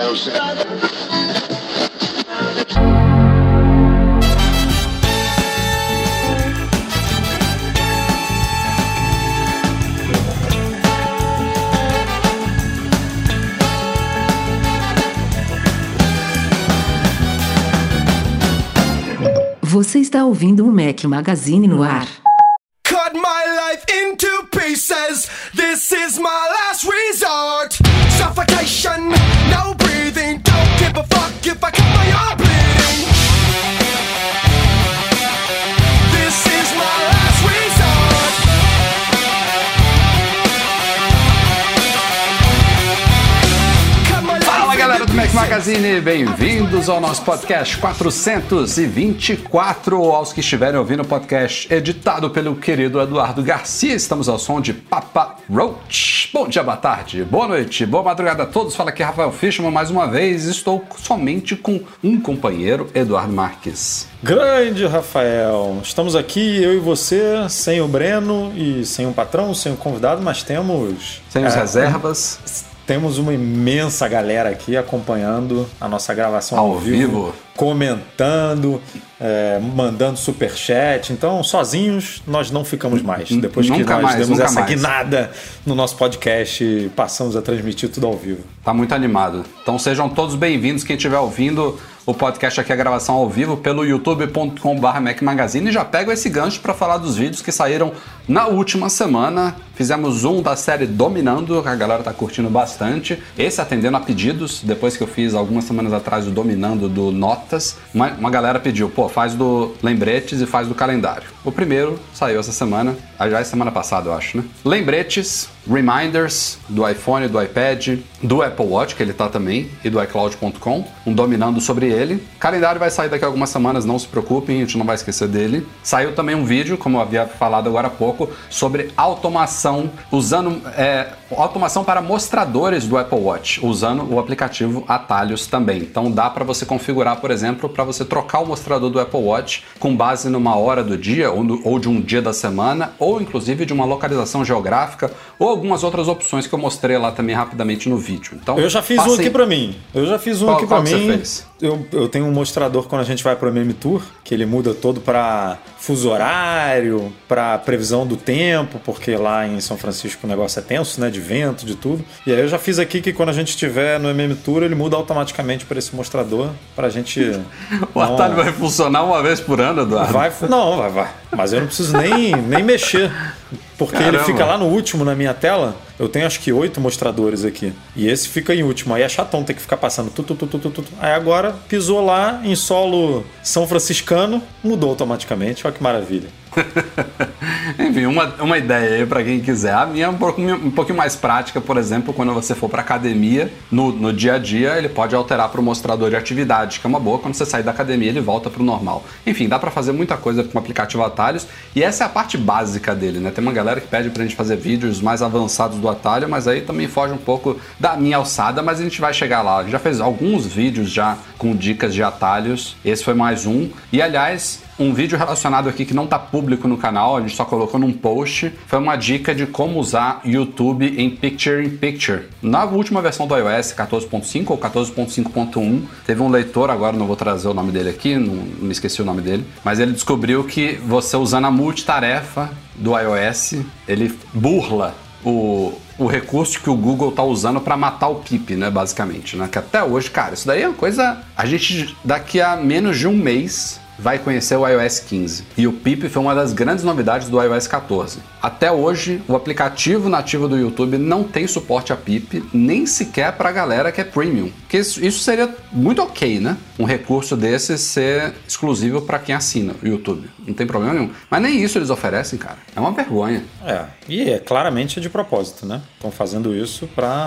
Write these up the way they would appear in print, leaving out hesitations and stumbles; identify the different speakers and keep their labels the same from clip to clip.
Speaker 1: Você está ouvindo o Mac Magazine no ar.
Speaker 2: Cut my life into pieces. This is my last resort. Suffocation, no breathing. Don't give a fuck if I cut my arm bleeding. This is my last resort. Cut my life.
Speaker 3: Fala galera do Mac Magazine, bem-vindos ao nosso podcast 424. Aos que estiverem ouvindo o podcast editado pelo querido Eduardo Garcia, estamos ao som de Papa Roach. Bom dia, boa tarde, boa noite, boa madrugada a todos. Fala aqui Rafael Fishman mais uma vez. Estou somente com um companheiro, Eduardo Marques.
Speaker 4: Grande Rafael, estamos aqui, eu e você, sem o Breno e sem o patrão, sem o convidado, mas temos...
Speaker 3: Sem os reservas.
Speaker 4: Temos uma imensa galera aqui acompanhando a nossa gravação ao vivo, comentando, mandando superchat. Então, sozinhos nós não ficamos mais. Depois que nós demos essa guinada no nosso podcast, passamos a transmitir tudo ao vivo.
Speaker 3: Tá muito animado. Então sejam todos bem-vindos, quem estiver ouvindo o podcast aqui, a gravação ao vivo, pelo youtube.com/Mac Magazine. E já pego esse gancho para falar dos vídeos que saíram na última semana. Fizemos um da série Dominando, a galera tá curtindo bastante. Esse atendendo a pedidos, depois que eu fiz algumas semanas atrás o Dominando do Notas. Uma galera pediu, faz do Lembretes e faz do Calendário. O primeiro saiu essa semana, já é semana passada eu acho, né? Lembretes, Reminders do iPhone, do iPad, do Apple Watch, que ele tá também, e do iCloud.com, um Dominando sobre ele. Calendário vai sair daqui a algumas semanas, não se preocupem, a gente não vai esquecer dele. Saiu também um vídeo, como eu havia falado agora há pouco, sobre automação, usando automação para mostradores do Apple Watch, usando o aplicativo Atalhos também. Então dá para você configurar, por exemplo, para você trocar o mostrador do Apple Watch com base numa hora do dia, ou de um dia da semana, ou inclusive de uma localização geográfica, ou algumas outras opções que eu mostrei lá também rapidamente no vídeo. Então,
Speaker 4: eu já fiz um aqui pra mim.
Speaker 3: Qual você fez?
Speaker 4: Eu tenho um mostrador quando a gente vai pro MM Tour, que ele muda todo para fuso horário, para previsão do tempo, porque lá em São Francisco o negócio é tenso, né? De vento, de tudo. E aí eu já fiz aqui que quando a gente estiver no MM Tour, ele muda automaticamente para esse mostrador, pra gente...
Speaker 3: O atalho vai funcionar uma vez por ano, Eduardo?
Speaker 4: Vai. Mas eu não preciso nem mexer. Porque Caramba. Ele fica lá no último na minha tela. Eu tenho acho que 8 mostradores aqui. E esse fica em último. Aí é chatão ter que ficar passando tudo. Aí agora pisou lá em solo são franciscano, mudou automaticamente. Olha que maravilha.
Speaker 3: Enfim, uma ideia aí pra quem quiser. A minha é um pouquinho mais prática, por exemplo, quando você for pra academia, no dia a dia, ele pode alterar pro mostrador de atividade, que é uma boa. Quando você sair da academia, ele volta pro normal. Enfim, dá pra fazer muita coisa com o aplicativo Atalhos. E essa é a parte básica dele, né? Tem uma galera que pede pra gente fazer vídeos mais avançados do Atalho, mas aí também foge um pouco da minha alçada, mas a gente vai chegar lá. Já fez alguns vídeos já com dicas de atalhos. Esse foi mais um. E, aliás, um vídeo relacionado aqui que não está público no canal, a gente só colocou num post, foi uma dica de como usar YouTube em Picture-in-Picture. Na última versão do iOS 14.5 ou 14.5.1, teve um leitor, agora não vou trazer o nome dele aqui, não me esqueci o nome dele, mas ele descobriu que você usando a multitarefa do iOS, ele burla o recurso que o Google está usando para matar o PIP, né, basicamente, né? Que até hoje, cara, isso daí é uma coisa... A gente, daqui a menos de um mês, vai conhecer o iOS 15. E o PIP foi uma das grandes novidades do iOS 14. Até hoje, o aplicativo nativo do YouTube não tem suporte a PIP, nem sequer para a galera que é premium. Porque isso seria muito ok, né? Um recurso desse ser exclusivo para quem assina o YouTube. Não tem problema nenhum. Mas nem isso eles oferecem, cara. É uma vergonha.
Speaker 4: E claramente de propósito, né? Estão fazendo isso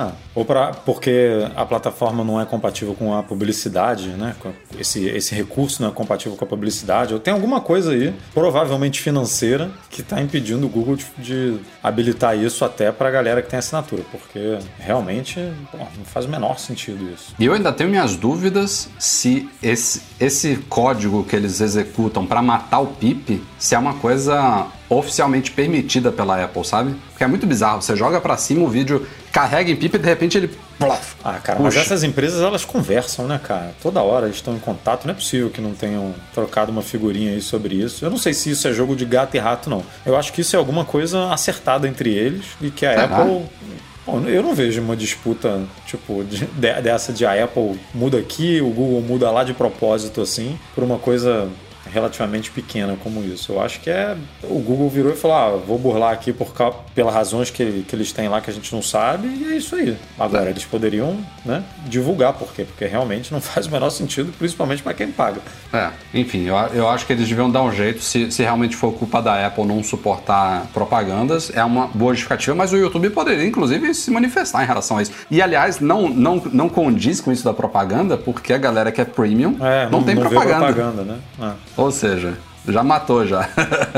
Speaker 4: porque a plataforma não é compatível com a publicidade, né? Esse recurso não é compatível com a publicidade. Ou tem alguma coisa aí, provavelmente financeira, que está impedindo o Google de habilitar isso até para a galera que tem assinatura, porque realmente não faz o menor sentido isso.
Speaker 3: E eu ainda tenho minhas dúvidas se esse código que eles executam para matar o PIP, se é uma coisa oficialmente permitida pela Apple, sabe? Porque é muito bizarro, você joga pra cima o vídeo, carrega em PIP e de repente ele
Speaker 4: Ah, cara, mas essas empresas, elas conversam, né, cara? Toda hora eles estão em contato. Não é possível que não tenham trocado uma figurinha aí sobre isso. Eu não sei se isso é jogo de gato e rato, não. Eu acho que isso é alguma coisa acertada entre eles e que a Apple... Bom, eu não vejo uma disputa, tipo, dessa de a Apple muda aqui, o Google muda lá de propósito, assim, por uma coisa relativamente pequena como isso. Eu acho que o Google virou e falou, vou burlar aqui pelas razões que eles têm lá que a gente não sabe, e é isso aí. Agora, eles poderiam, né, divulgar por quê? Porque realmente não faz o menor sentido, principalmente para quem paga.
Speaker 3: Enfim, eu acho que eles deviam dar um jeito, se realmente for culpa da Apple não suportar propagandas, é uma boa justificativa, mas o YouTube poderia, inclusive, se manifestar em relação a isso. E, aliás, não condiz com isso da propaganda, porque a galera que é premium não tem propaganda.
Speaker 4: Vê propaganda, né?
Speaker 3: Ou seja, já matou já.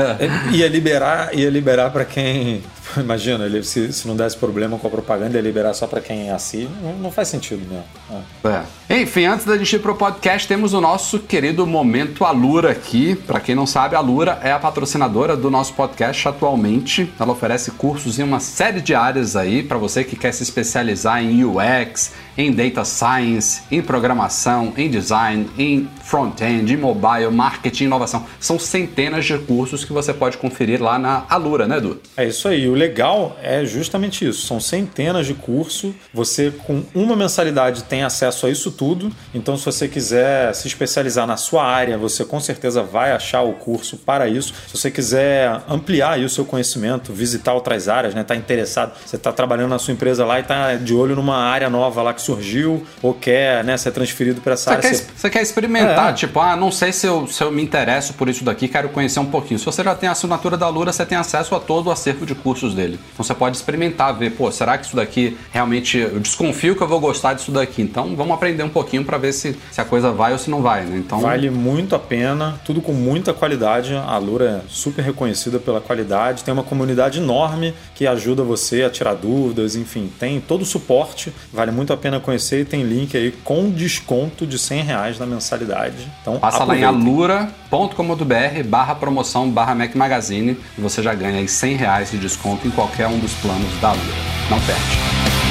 Speaker 4: Ia liberar para quem... Imagina, se não desse problema com a propaganda, ia liberar só para quem assina. Não faz sentido mesmo.
Speaker 3: Enfim, antes da gente ir pro podcast, temos o nosso querido Momento Alura aqui. Para quem não sabe, a Alura é a patrocinadora do nosso podcast atualmente. Ela oferece cursos em uma série de áreas aí para você que quer se especializar em UX, em Data Science, em programação, em design, em front-end, em mobile, marketing, inovação. São centenas de cursos que você pode conferir lá na Alura, né, Edu?
Speaker 4: É isso aí. O legal é justamente isso. São centenas de cursos. Você, com uma mensalidade, tem acesso a isso tudo. Então, se você quiser se especializar na sua área, você com certeza vai achar o curso para isso. Se você quiser ampliar aí o seu conhecimento, visitar outras áreas, né? Tá interessado, você está trabalhando na sua empresa lá e está de olho numa área nova lá que surgiu ou quer, né, ser transferido para essa área.
Speaker 3: Você quer experimentar, tipo, não sei se eu me interesso por isso daqui, quero conhecer um pouquinho. Se você já tem a assinatura da Alura, você tem acesso a todo o acervo de cursos dele. Então você pode experimentar, ver, será que isso daqui realmente... Eu desconfio que eu vou gostar disso daqui. Então vamos aprender um pouquinho para ver se a coisa vai ou se não vai, né? Então...
Speaker 4: Vale muito a pena, tudo com muita qualidade. A Alura é super reconhecida pela qualidade, tem uma comunidade enorme que ajuda você a tirar dúvidas, enfim, tem todo o suporte, vale muito a pena conhecer e tem link aí com desconto de R$100 na mensalidade. Então,
Speaker 3: passa lá em alura.com.br/promoção/Mac Magazine e você já ganha aí R$100 de desconto em qualquer um dos planos da Alura. Não perde.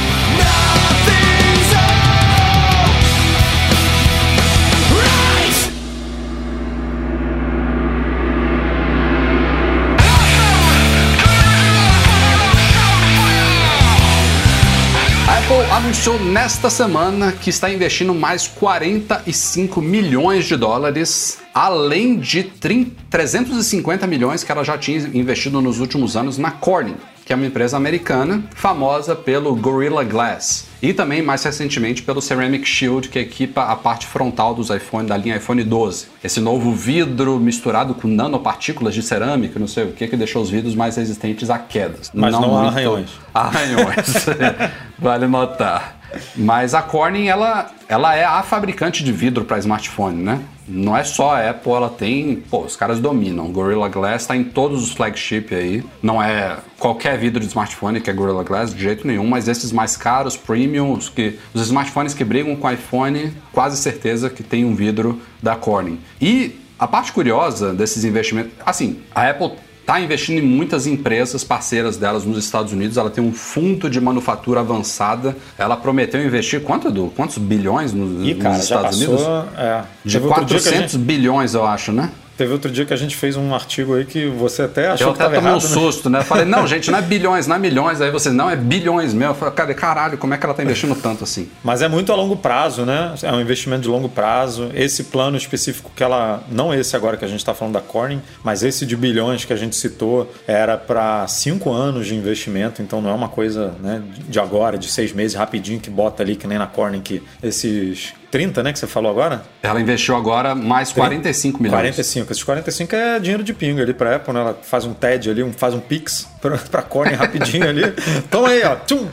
Speaker 3: Anunciou nesta semana que está investindo mais 45 milhões de dólares, além de 350 milhões que ela já tinha investido nos últimos anos na Corning, que é uma empresa americana famosa pelo Gorilla Glass e também mais recentemente pelo Ceramic Shield, que equipa a parte frontal dos iPhone, da linha iPhone 12. Esse novo vidro misturado com nanopartículas de cerâmica, não sei o que deixou os vidros mais resistentes a quedas.
Speaker 4: Mas não a arranhões.
Speaker 3: Arranhões, vale notar. Mas a Corning, ela é a fabricante de vidro para smartphone, né? Não é só a Apple, ela tem... os caras dominam. Gorilla Glass está em todos os flagship aí. Não é qualquer vidro de smartphone que é Gorilla Glass, de jeito nenhum, mas esses mais caros, premium, os smartphones que brigam com o iPhone, quase certeza que tem um vidro da Corning. E a parte curiosa desses investimentos... Assim, a Apple está investindo em muitas empresas parceiras delas nos Estados Unidos. Ela tem um fundo de manufatura avançada. Ela prometeu investir quantos bilhões nos Estados Unidos? De 400 bilhões, eu acho, né?
Speaker 4: Teve outro dia que a gente fez um artigo aí que você até achou que estava errado.
Speaker 3: Eu até tomei um susto, né? Falei, não, gente, não é bilhões, não é milhões. Aí vocês, não, é bilhões mesmo. Eu falei, caralho, como é que ela está investindo tanto assim?
Speaker 4: Mas é muito a longo prazo, né? É um investimento de longo prazo. Esse plano específico que ela... Não esse agora que a gente está falando da Corning, mas esse de bilhões que a gente citou era para 5 anos de investimento. Então não é uma coisa, né, de agora, de 6 meses, rapidinho, que bota ali, que nem na Corning, que esses... 30, né, que você falou agora?
Speaker 3: Ela investiu agora mais 45 milhões.
Speaker 4: 45. Esses 45 é dinheiro de pinga ali pra Apple, né? Ela faz um TED ali, faz um Pix pra Corning rapidinho ali. Toma aí, ó. Tchum!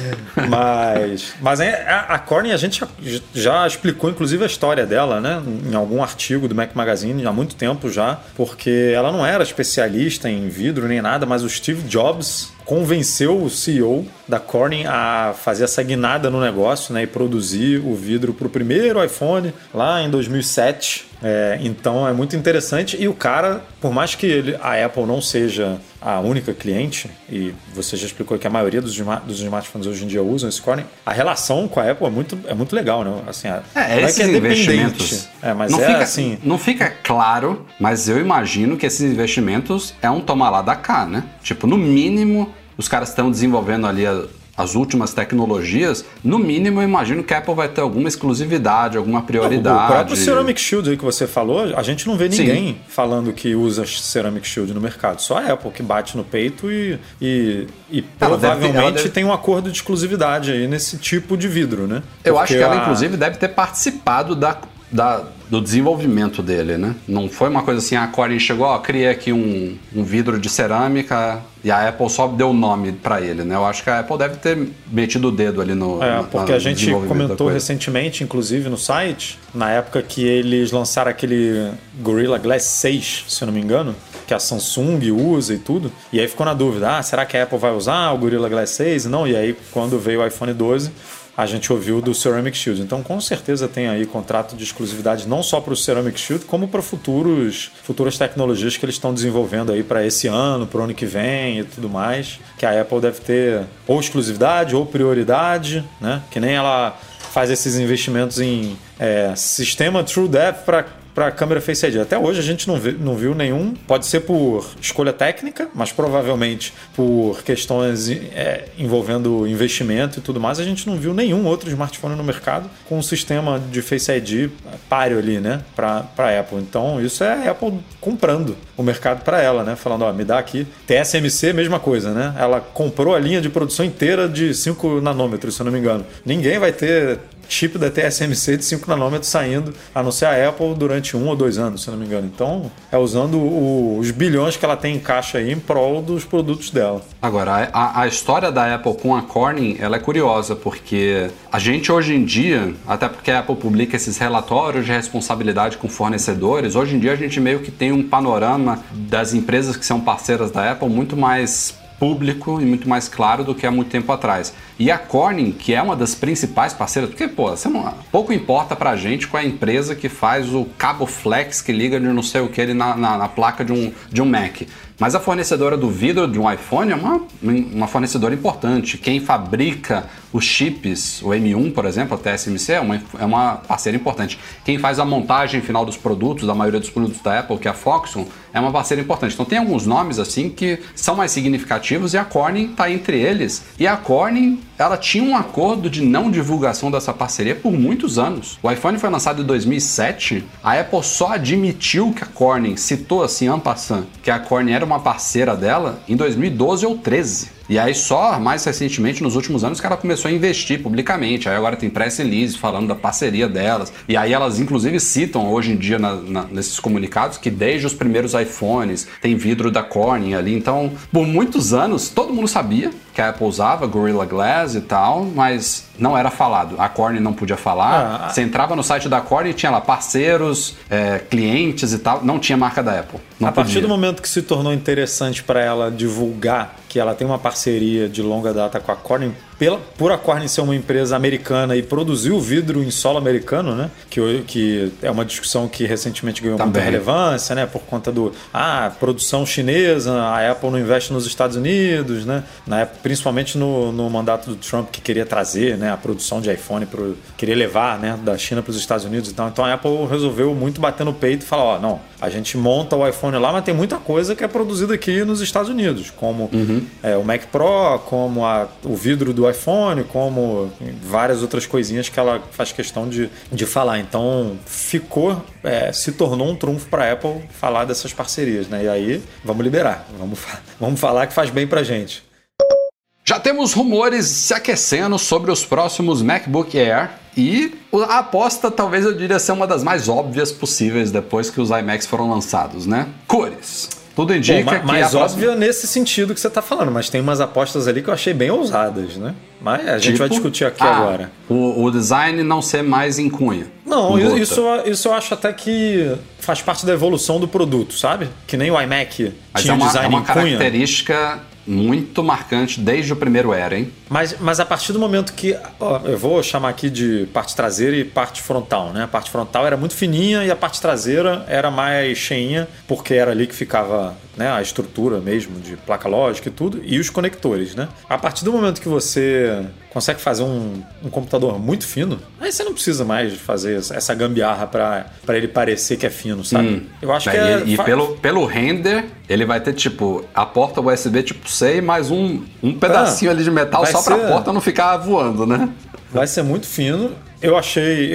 Speaker 4: Mas a Corning, a gente já explicou, inclusive, a história dela, né? Em algum artigo do Mac Magazine, há muito tempo já, porque ela não era especialista em vidro nem nada, mas o Steve Jobs convenceu o CEO da Corning a fazer essa guinada no negócio, né, e produzir o vidro para o primeiro iPhone lá em 2007. Então é muito interessante. E o cara, por mais que a Apple não seja a única cliente, e você já explicou que a maioria dos smartphones hoje em dia usam esse Corning, a relação com a Apple é muito legal, né? Assim,
Speaker 3: esses investimentos
Speaker 4: mas assim...
Speaker 3: Não fica claro, mas eu imagino que esses investimentos é um tomar lá da cá, né? Tipo, no mínimo, os caras estão desenvolvendo ali as últimas tecnologias, no mínimo eu imagino que a Apple vai ter alguma exclusividade, alguma prioridade.
Speaker 4: O próprio Ceramic Shield aí que você falou, a gente não vê ninguém falando que usa Ceramic Shield no mercado. Só a Apple que bate no peito e provavelmente tem um acordo de exclusividade aí nesse tipo de vidro, né?
Speaker 3: Eu acho que ela, inclusive, deve ter participado do desenvolvimento dele, né? Não foi uma coisa assim, a Corning chegou, criei aqui um vidro de cerâmica e a Apple só deu o nome para ele, né? Eu acho que a Apple deve ter metido o dedo ali no
Speaker 4: porque a gente comentou recentemente, inclusive no site, na época que eles lançaram aquele Gorilla Glass 6, se eu não me engano, que a Samsung usa e tudo, e aí ficou na dúvida, será que a Apple vai usar o Gorilla Glass 6? Não, e aí quando veio o iPhone 12, a gente ouviu do Ceramic Shield. Então, com certeza tem aí contrato de exclusividade não só para o Ceramic Shield, como para futuras tecnologias que eles estão desenvolvendo aí para esse ano, para o ano que vem e tudo mais, que a Apple deve ter ou exclusividade ou prioridade, né? Que nem ela faz esses investimentos em sistema TrueDepth para câmera Face ID. Até hoje a gente não viu nenhum. Pode ser por escolha técnica, mas provavelmente por questões envolvendo investimento e tudo mais, a gente não viu nenhum outro smartphone no mercado com um sistema de Face ID páreo ali, né, para Apple. Então isso é a Apple comprando o mercado para ela, né, falando, me dá aqui. TSMC, mesma coisa, né? Ela comprou a linha de produção inteira de 5 nanômetros, se eu não me engano. Ninguém vai ter chip da TSMC de 5 nanômetros saindo, a não ser a Apple, durante 1 ou 2 anos, se não me engano. Então, é usando os bilhões que ela tem em caixa aí em prol dos produtos dela.
Speaker 3: Agora, a história da Apple com a Corning, ela é curiosa, porque a gente hoje em dia, até porque a Apple publica esses relatórios de responsabilidade com fornecedores, hoje em dia a gente meio que tem um panorama das empresas que são parceiras da Apple muito mais público e muito mais claro do que há muito tempo atrás. E a Corning, que é uma das principais parceiras, porque, pouco importa pra gente qual é a empresa que faz o cabo flex que liga de não sei o que ali na placa de um Mac. Mas a fornecedora do vidro de um iPhone é uma fornecedora importante. Quem fabrica os chips, o M1, por exemplo, a TSMC, é uma parceira importante. Quem faz a montagem final dos produtos, da maioria dos produtos da Apple, que é a Foxconn, é uma parceira importante. Então tem alguns nomes assim que são mais significativos e a Corning está entre eles. E a Corning, ela tinha um acordo de não divulgação dessa parceria por muitos anos. O iPhone foi lançado em 2007, a Apple só admitiu que a Corning, citou assim, en passant, que a Corning era uma parceira dela em 2012 ou 2013. E aí só mais recentemente, nos últimos anos, que ela começou a investir publicamente. Aí agora tem press release falando da parceria delas. E aí elas inclusive citam hoje em dia nesses comunicados que desde os primeiros iPhones tem vidro da Corning ali. Então, por muitos anos, todo mundo sabia que a Apple usava Gorilla Glass e tal, mas não era falado. A Corning não podia falar. Você entrava no site da Corning e tinha lá parceiros, clientes e tal. Não tinha marca da Apple.
Speaker 4: A partir do momento que se tornou interessante para ela divulgar que ela tem uma parceria de longa data com a Corning, por a Corning ser uma empresa americana e produzir o vidro em solo americano, né? Que é uma discussão que recentemente ganhou muita relevância, né? Por conta produção chinesa, a Apple não investe nos Estados Unidos, né? Principalmente no mandato do Trump, que queria trazer, né, a produção de iPhone, queria levar, né, da China para os Estados Unidos e tal. Então a Apple resolveu muito bater no peito e falar, não, a gente monta o iPhone lá, mas tem muita coisa que é produzida aqui nos Estados Unidos, como o Mac Pro, como o vidro do iPhone, como várias outras coisinhas que ela faz questão de falar. Então se tornou um trunfo para a Apple falar dessas parcerias, né? E aí vamos liberar, vamos falar que faz bem pra gente.
Speaker 3: Já temos rumores se aquecendo sobre os próximos MacBook Air e a aposta talvez eu diria ser uma das mais óbvias possíveis depois que os iMacs foram lançados, né? Cores. Tudo indica que
Speaker 4: mais óbvia nesse sentido que você está falando, mas tem umas apostas ali que eu achei bem ousadas, né? Mas a gente vai discutir aqui agora.
Speaker 3: O design não ser mais em cunha.
Speaker 4: Não, isso eu acho até que faz parte da evolução do produto, sabe? Que nem o iMac tinha design em cunha.
Speaker 3: Característica muito marcante desde o primeiro Era, hein?
Speaker 4: Mas a partir do momento que... Ó, eu vou chamar aqui de parte traseira e parte frontal, né? A parte frontal era muito fininha e a parte traseira era mais cheinha, porque era ali que ficava, né, a estrutura mesmo de placa lógica e tudo, e os conectores, né? A partir do momento que você consegue fazer um computador muito fino, aí você não precisa mais fazer essa gambiarra para ele parecer que é fino, sabe? Eu acho que
Speaker 3: pelo render, ele vai ter, tipo, a porta USB tipo C e mais um pedacinho ali de metal só pra porta não ficar voando, né?
Speaker 4: Vai ser muito fino. Eu achei,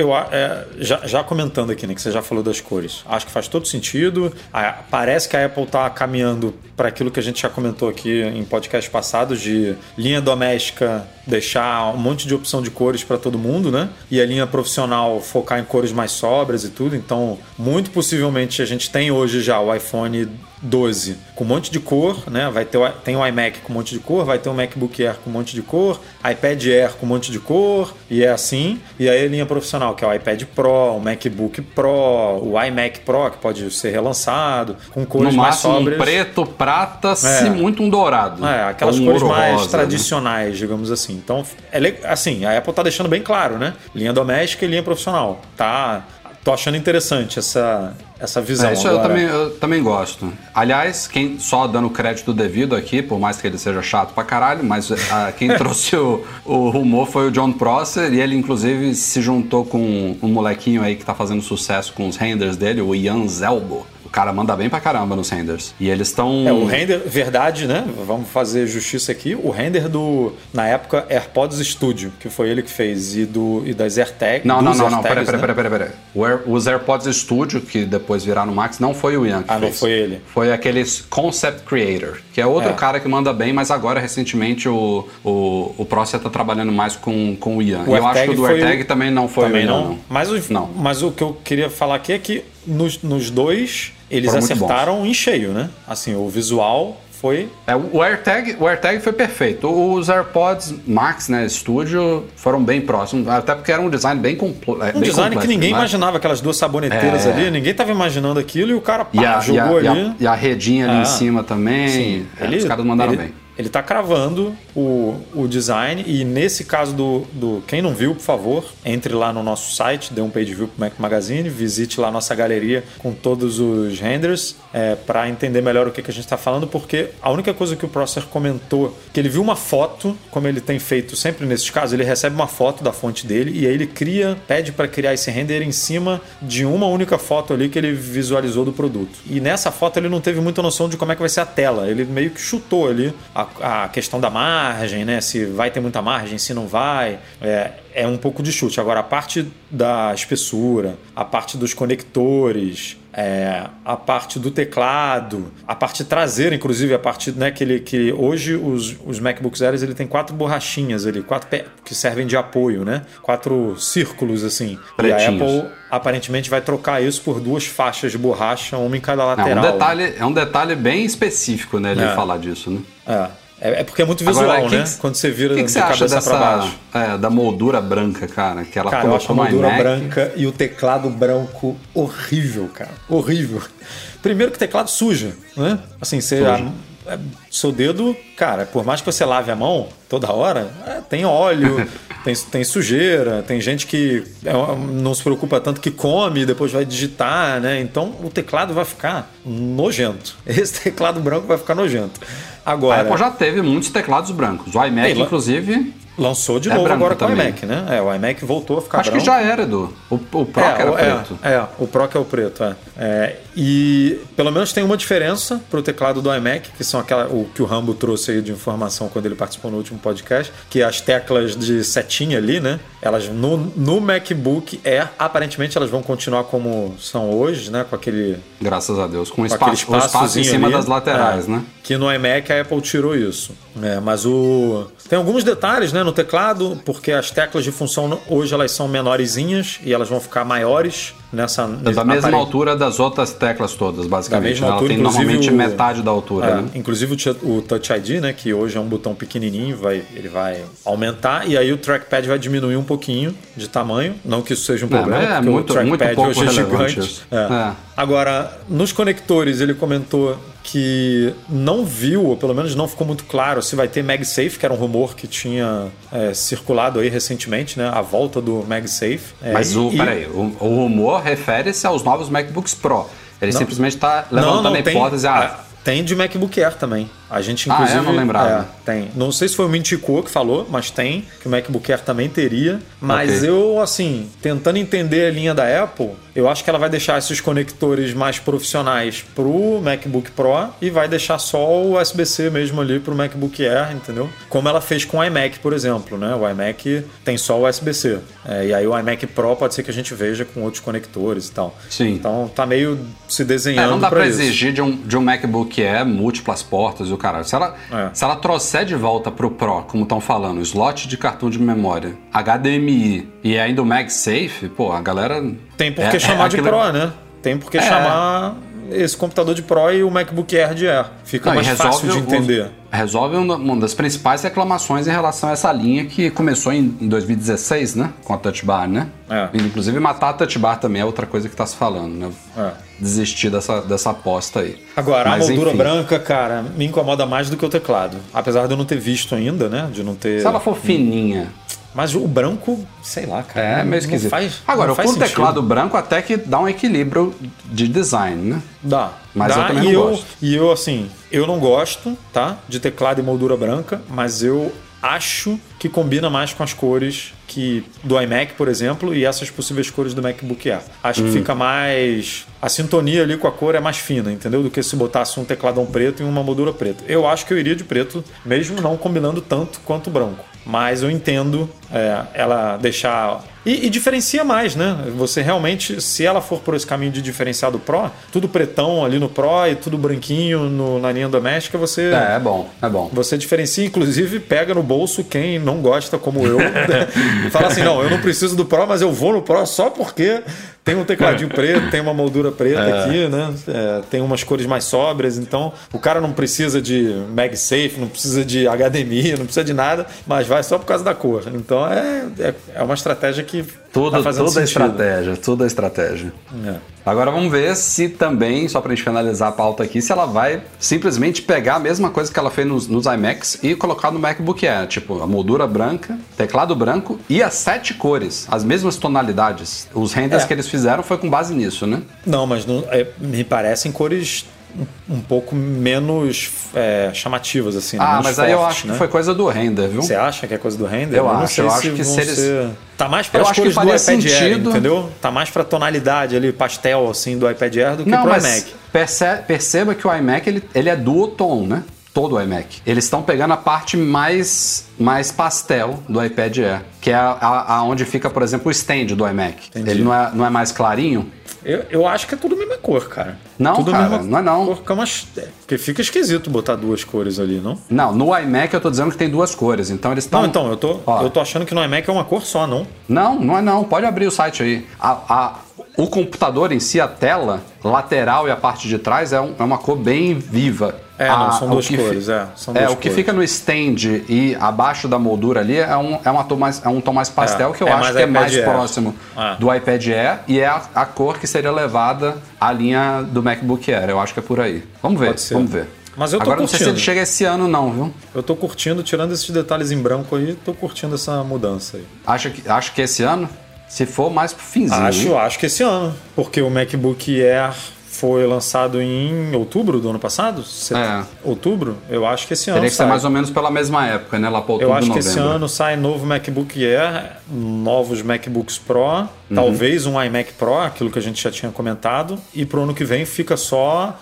Speaker 4: já comentando aqui, né, que você já falou das cores, acho que faz todo sentido. Parece que a Apple está caminhando para aquilo que a gente já comentou aqui em podcast passados, de linha doméstica deixar um monte de opção de cores para todo mundo, né? E a linha profissional focar em cores mais sóbrias e tudo. Então, muito possivelmente a gente tem hoje já o iPhone 12 com um monte de cor, né? Tem o iMac com um monte de cor, vai ter o MacBook Air com um monte de cor, iPad Air com um monte de cor, e é assim. E aí a linha profissional, que é o iPad Pro, o MacBook Pro, o iMac Pro, que pode ser relançado, com cores mais sóbrias.
Speaker 3: Um preto, prata, se muito um dourado.
Speaker 4: Aquelas cores mais tradicionais, né? Digamos assim. Então, assim, a Apple tá deixando bem claro, né? Linha doméstica e linha profissional. Tô achando interessante essa visão.
Speaker 3: Isso
Speaker 4: agora.
Speaker 3: eu também gosto. Aliás, só dando crédito devido aqui, por mais que ele seja chato pra caralho, mas quem trouxe o rumor foi o John Prosser, e ele inclusive se juntou com um molequinho aí que tá fazendo sucesso com os renders dele, o Ian Zelbo. O cara manda bem pra caramba nos renders. E eles estão...
Speaker 4: o render, verdade, né? Vamos fazer justiça aqui. O render na época, AirPods Studio, que foi ele que fez, e das AirTags.
Speaker 3: Não, peraí. Os AirPods Studio, que depois viraram no Max, não foi o Ian que fez.
Speaker 4: Não foi ele.
Speaker 3: Foi aqueles Concept Creator, que é outro cara que manda bem, mas agora, recentemente, o Prosser tá trabalhando mais com o Ian. E eu acho que o do AirTag também não foi o Ian, não.
Speaker 4: Mas o que eu queria falar aqui é que nos dois... Eles acertaram em cheio, né? Assim, o visual foi...
Speaker 3: O AirTag foi perfeito. Os AirPods Max, né, Studio, foram bem próximos. Até porque era um design bem complexo.
Speaker 4: Design que ninguém imaginava, aquelas duas saboneteiras ali. Ninguém estava imaginando aquilo e o cara jogou ali.
Speaker 3: E a redinha ali em cima também. Sim, os caras mandaram bem.
Speaker 4: Ele está cravando o design, e nesse caso quem não viu, por favor, entre lá no nosso site, dê um page view pro Mac Magazine, visite lá a nossa galeria com todos os renders, para entender melhor o que a gente está falando, porque a única coisa que o Prosser comentou, que ele viu uma foto, como ele tem feito sempre nesses casos, ele recebe uma foto da fonte dele e aí ele pede para criar esse render em cima de uma única foto ali que ele visualizou do produto. E nessa foto ele não teve muita noção de como é que vai ser a tela, ele meio que chutou ali a questão da margem, né? Se vai ter muita margem, se não vai. É um pouco de chute. Agora, a parte da espessura, a parte dos conectores, a parte do teclado, a parte traseira, inclusive, a parte, né, que hoje os MacBooks Air ele tem 4 borrachinhas ali, 4 que servem de apoio, né? 4 círculos, assim.
Speaker 3: Pretinhos.
Speaker 4: E a Apple aparentemente vai trocar isso por 2 faixas de borracha, uma em cada lateral.
Speaker 3: É um detalhe bem específico, né, ele falar disso, né?
Speaker 4: É porque é muito visual, agora, né? Quando você vira de cabeça pra baixo.
Speaker 3: Da moldura branca, cara. Que ela
Speaker 4: eu acho a moldura branca e o teclado branco horrível, cara. Horrível. Primeiro que o teclado suja, né? Assim, seu dedo, cara, por mais que você lave a mão toda hora, tem óleo, tem sujeira, tem gente que não se preocupa tanto, que come e depois vai digitar, né? Então o teclado vai ficar nojento. Esse teclado branco vai ficar nojento. Agora,
Speaker 3: a Apple já teve muitos teclados brancos. O iMac, inclusive...
Speaker 4: Lançou de novo agora com o iMac, né? O iMac voltou a ficar branco.
Speaker 3: Acho que já era, Edu. O Pro que era preto.
Speaker 4: O Pro que é o preto, E pelo menos tem uma diferença pro teclado do iMac, que são o que o Rambo trouxe aí de informação quando ele participou no último podcast, que as teclas de setinha ali, né? Elas no MacBook aparentemente elas vão continuar como são hoje, né? Com aquele...
Speaker 3: Graças a Deus. Com o espaço em cima ali, das laterais, né?
Speaker 4: Que no iMac a Apple tirou isso. Mas tem alguns detalhes, né, no teclado, porque as teclas de função hoje elas são menorzinhas e elas vão ficar maiores
Speaker 3: da mesma altura das outras teclas todas, basicamente.
Speaker 4: Da mesma altura,
Speaker 3: ela tem normalmente metade da altura. Né?
Speaker 4: Inclusive o Touch ID, né, que hoje é um botão pequenininho, ele vai aumentar, e aí o trackpad vai diminuir um pouquinho de tamanho. Não que isso seja um problema, porque o trackpad hoje é gigante. Agora, nos conectores, ele comentou que não viu, ou pelo menos não ficou muito claro, se vai ter MagSafe, que era um rumor que tinha circulado aí recentemente, né? A volta do MagSafe.
Speaker 3: Mas peraí, o rumor refere-se aos novos MacBooks Pro. Ele simplesmente está levantando a hipótese...
Speaker 4: Tem de MacBook Air também. A gente, inclusive...
Speaker 3: eu não lembrava.
Speaker 4: Tem. Não sei se foi o Mintico que falou, mas tem, que o MacBook Air também teria. Mas eu, assim, tentando entender a linha da Apple, eu acho que ela vai deixar esses conectores mais profissionais pro MacBook Pro e vai deixar só o USB-C mesmo ali pro MacBook Air, entendeu? Como ela fez com o iMac, por exemplo, né? O iMac tem só o USB-C. E aí o iMac Pro pode ser que a gente veja com outros conectores e tal.
Speaker 3: Sim.
Speaker 4: Então tá meio se desenhando
Speaker 3: não dá pra
Speaker 4: isso.
Speaker 3: exigir de um MacBook Air múltiplas portas e o caralho. Se ela trouxer de volta pro Pro, como estão falando, slot de cartão de memória, HDMI e ainda o MagSafe, pô, a galera...
Speaker 4: Tem por que chamar de Pro, né? Tem por que chamar esse computador de Pro e o MacBook Air de Air. Fica mais fácil de entender.
Speaker 3: Resolve uma das principais reclamações em relação a essa linha que começou em 2016, né? Com a Touch Bar, né? Inclusive matar a Touch Bar também é outra coisa que tá se falando, né? Desistir dessa aposta aí.
Speaker 4: Agora, a moldura branca, cara, me incomoda mais do que o teclado. Apesar de eu não ter visto ainda, né? De não ter...
Speaker 3: Se ela for fininha...
Speaker 4: Mas o branco, sei lá, cara.
Speaker 3: É meio esquisito. Agora, com o teclado branco até que dá um equilíbrio de design, né?
Speaker 4: Dá.
Speaker 3: Mas eu também não gosto.
Speaker 4: E eu, assim, eu não gosto, tá? De teclado e moldura branca, mas eu acho que combina mais com as cores do iMac, por exemplo, e essas possíveis cores do MacBook Air. Acho que fica mais... A sintonia ali com a cor é mais fina, entendeu? Do que se botasse um tecladão preto e uma moldura preta. Eu acho que eu iria de preto, mesmo não combinando tanto quanto o branco. Mas eu entendo ela deixar... E diferencia mais, né? Você realmente, se ela for por esse caminho de diferenciar do Pro, tudo pretão ali no Pro e tudo branquinho na linha doméstica, você...
Speaker 3: É bom.
Speaker 4: Você diferencia, inclusive pega no bolso quem não gosta, como eu. Fala assim, não, eu não preciso do Pro, mas eu vou no Pro só porque tem um tecladinho preto, tem uma moldura preta aqui, né? Tem umas cores mais sóbrias, então o cara não precisa de MagSafe, não precisa de HDMI, não precisa de nada, mas vai só por causa da cor. Então é uma estratégia que
Speaker 3: tudo é estratégia. Agora vamos ver se também, só pra gente finalizar a pauta aqui, se ela vai simplesmente pegar a mesma coisa que ela fez nos iMacs e colocar no MacBook Air, tipo a moldura branca, teclado branco e as 7 cores, as mesmas tonalidades. Os renders que eles fizeram foi com base nisso, né?
Speaker 4: Não, mas me parecem cores um pouco menos chamativas, assim. Né?
Speaker 3: Mas aí eu acho que foi coisa do render, viu?
Speaker 4: Você acha que é coisa do render?
Speaker 3: Eu acho que se eles...
Speaker 4: Tá mais para as cores do iPad Air, entendeu? Tá mais para tonalidade ali, pastel, assim, do iPad Air do que pro iMac.
Speaker 3: Perceba que o iMac, ele é duoton, né? Todo o iMac. Eles estão pegando a parte mais pastel do iPad Air, que é onde fica, por exemplo, o stand do iMac. Entendi. Ele não é mais clarinho?
Speaker 4: Eu acho que é tudo a mesma cor, cara.
Speaker 3: Não,
Speaker 4: tudo
Speaker 3: cara, não é não.
Speaker 4: Cor, porque fica esquisito botar duas cores ali, não?
Speaker 3: Não, no iMac eu tô dizendo que tem duas cores, então eles estão...
Speaker 4: Não, então, eu tô achando que no iMac é uma cor só, não?
Speaker 3: Não é não. Pode abrir o site aí. O computador em si, a tela lateral e a parte de trás é uma cor bem viva.
Speaker 4: São duas cores, são duas
Speaker 3: o que fica no stand e abaixo da moldura ali é um tom mais pastel, que eu acho que é mais próximo do iPad Air e é a cor que seria levada à linha do MacBook Air. Eu acho que é por aí. Vamos ver.
Speaker 4: Mas eu tô
Speaker 3: Agora
Speaker 4: curtindo.
Speaker 3: Não sei se ele chega esse ano não, viu?
Speaker 4: Eu tô curtindo, tirando esses detalhes em branco aí, tô curtindo essa mudança aí.
Speaker 3: Acho que esse ano? Se for mais pro finzinho.
Speaker 4: Acho que esse ano. Porque o MacBook Air foi lançado em outubro do ano passado? Outubro? Eu acho que esse ano
Speaker 3: teria que ser mais ou menos pela mesma época, né? Lá para outubro,
Speaker 4: eu acho que
Speaker 3: novembro.
Speaker 4: Esse ano sai novo MacBook Air, novos MacBooks Pro, talvez um iMac Pro, aquilo que a gente já tinha comentado, e pro ano que vem ficam só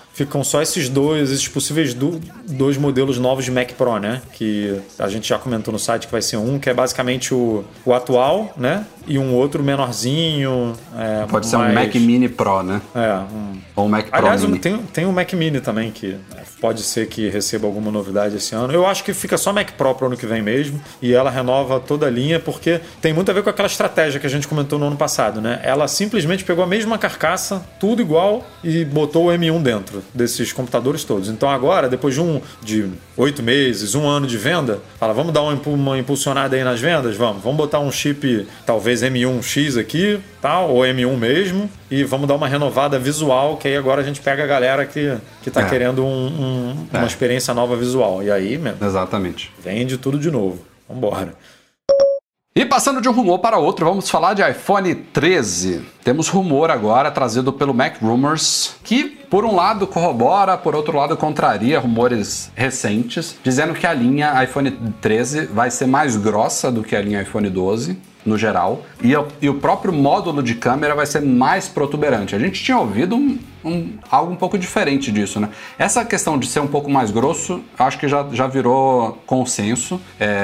Speaker 4: esses possíveis dois modelos novos de Mac Pro, né? Que a gente já comentou no site que vai ser um que é basicamente o atual, né? E um outro menorzinho.
Speaker 3: Pode ser um Mac Mini Pro, né? Ou um Mac Pro.
Speaker 4: Aliás,
Speaker 3: Mini.
Speaker 4: Tem um Mac Mini também que pode ser que receba alguma novidade esse ano. Eu acho que fica só Mac Pro pro ano que vem mesmo. E ela renova toda a linha, porque tem muito a ver com aquela estratégia que a gente comentou no ano passado, né? Ela simplesmente pegou a mesma carcaça, tudo igual, e botou o M1 dentro desses computadores todos. Então agora, depois de 8 meses, 1 ano de venda, fala, vamos dar uma impulsionada aí nas vendas? Vamos botar um chip, talvez M1X aqui, tal, ou M1 mesmo, e vamos dar uma renovada visual, que aí agora a gente pega a galera que tá querendo uma experiência nova visual. E aí,
Speaker 3: exatamente.
Speaker 4: Vende tudo de novo. Vambora.
Speaker 3: E passando de um rumor para outro, vamos falar de iPhone 13. Temos rumor agora trazido pelo Mac Rumors, que por um lado corrobora, por outro lado contraria rumores recentes, dizendo que a linha iPhone 13 vai ser mais grossa do que a linha iPhone 12, no geral, e o próprio módulo de câmera vai ser mais protuberante. A gente tinha ouvido algo um pouco diferente disso, né? Essa questão de ser um pouco mais grosso, acho que já virou consenso,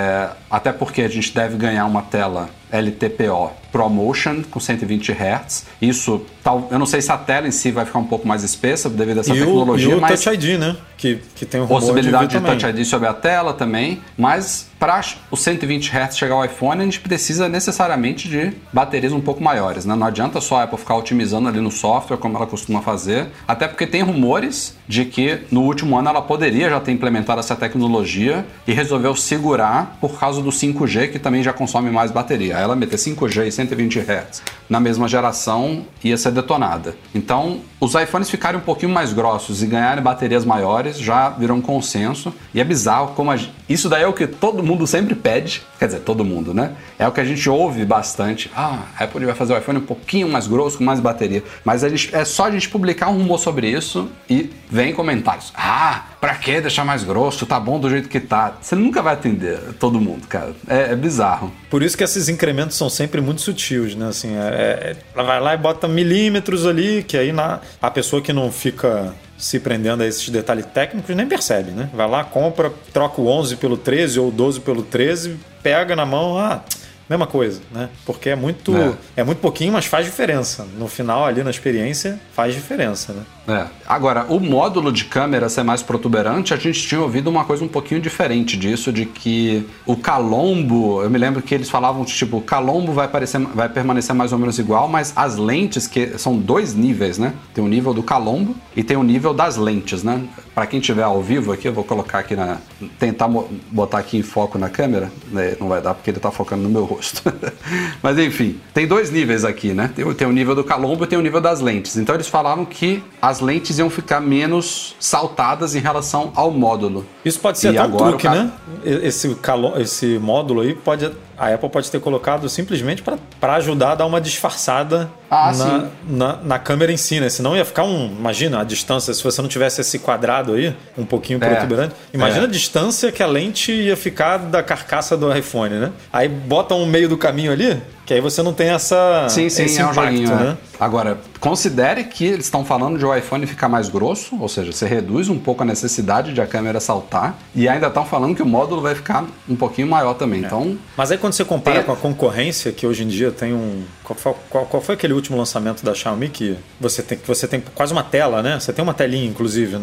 Speaker 3: até porque a gente deve ganhar uma tela LTPO ProMotion com 120 Hz. Isso, eu não sei se a tela em si vai ficar um pouco mais espessa devido a essa tecnologia,
Speaker 4: e o
Speaker 3: mas
Speaker 4: Touch ID, né? Que tem um
Speaker 3: possibilidade de Touch ID sobre a tela também, mas para os 120 Hz chegar ao iPhone, a gente precisa necessariamente de baterias um pouco maiores, né? Não adianta só a Apple ficar otimizando ali no software como ela costuma fazer, até porque tem rumores de que no último ano ela poderia já ter implementado essa tecnologia e resolveu segurar por causa do 5G, que também já consome mais bateria. Aí ela meter 5G e 120 Hz na mesma geração ia ser detonada. Então, os iPhones ficarem um pouquinho mais grossos e ganharem baterias maiores já virou um consenso. E é bizarro como isso daí é o que todo mundo sempre pede. Quer dizer, todo mundo, né? É o que a gente ouve bastante. A Apple vai fazer o iPhone um pouquinho mais grosso, com mais bateria. Mas é só a gente publicar um rumor sobre isso e vem comentários. Pra que deixar mais grosso? Tá bom do jeito que tá. Você nunca vai atender todo mundo, cara. É bizarro.
Speaker 4: Por isso que esses incrementos são sempre muito sutis, né? Assim, ela vai lá e bota milímetros ali, que aí a pessoa que não fica se prendendo a esses detalhes técnicos nem percebe, né? Vai lá, compra, troca o 11 pelo 13 ou o 12 pelo 13, pega na mão, mesma coisa, né? Porque é muito pouquinho, mas faz diferença. No final, ali na experiência, faz diferença, né?
Speaker 3: Agora, o módulo de câmera ser mais protuberante, a gente tinha ouvido uma coisa um pouquinho diferente disso, de que o calombo, eu me lembro que eles falavam, tipo, o calombo vai permanecer mais ou menos igual, mas as lentes, que são 2 níveis, né? Tem o nível do calombo e tem o nível das lentes, né? Para quem estiver ao vivo aqui, eu vou colocar aqui tentar botar aqui em foco na câmera, né? Não vai dar porque ele tá focando no meu rosto. Mas enfim, tem 2 níveis aqui, né? Tem o nível do calombo e tem o nível das lentes. Então eles falaram que as lentes iam ficar menos saltadas em relação ao módulo.
Speaker 4: Isso pode ser até um truque, né? Esse módulo aí a Apple pode ter colocado simplesmente para ajudar a dar uma disfarçada na câmera em si, né? Senão ia ficar imagina a distância, se você não tivesse esse quadrado aí, um pouquinho protuberante. Imagina a distância que a lente ia ficar da carcaça do iPhone, né? Aí bota um meio do caminho ali, que aí você não tem esse impacto,
Speaker 3: joguinho,
Speaker 4: né?
Speaker 3: Agora, considere que eles estão falando de o iPhone ficar mais grosso, ou seja, você reduz um pouco a necessidade de a câmera saltar, e ainda estão falando que o módulo vai ficar um pouquinho maior também. Então,
Speaker 4: mas aí quando você compara com a concorrência, que hoje em dia tem qual foi aquele último lançamento da Xiaomi que você tem quase uma tela, né? Você tem uma telinha, inclusive,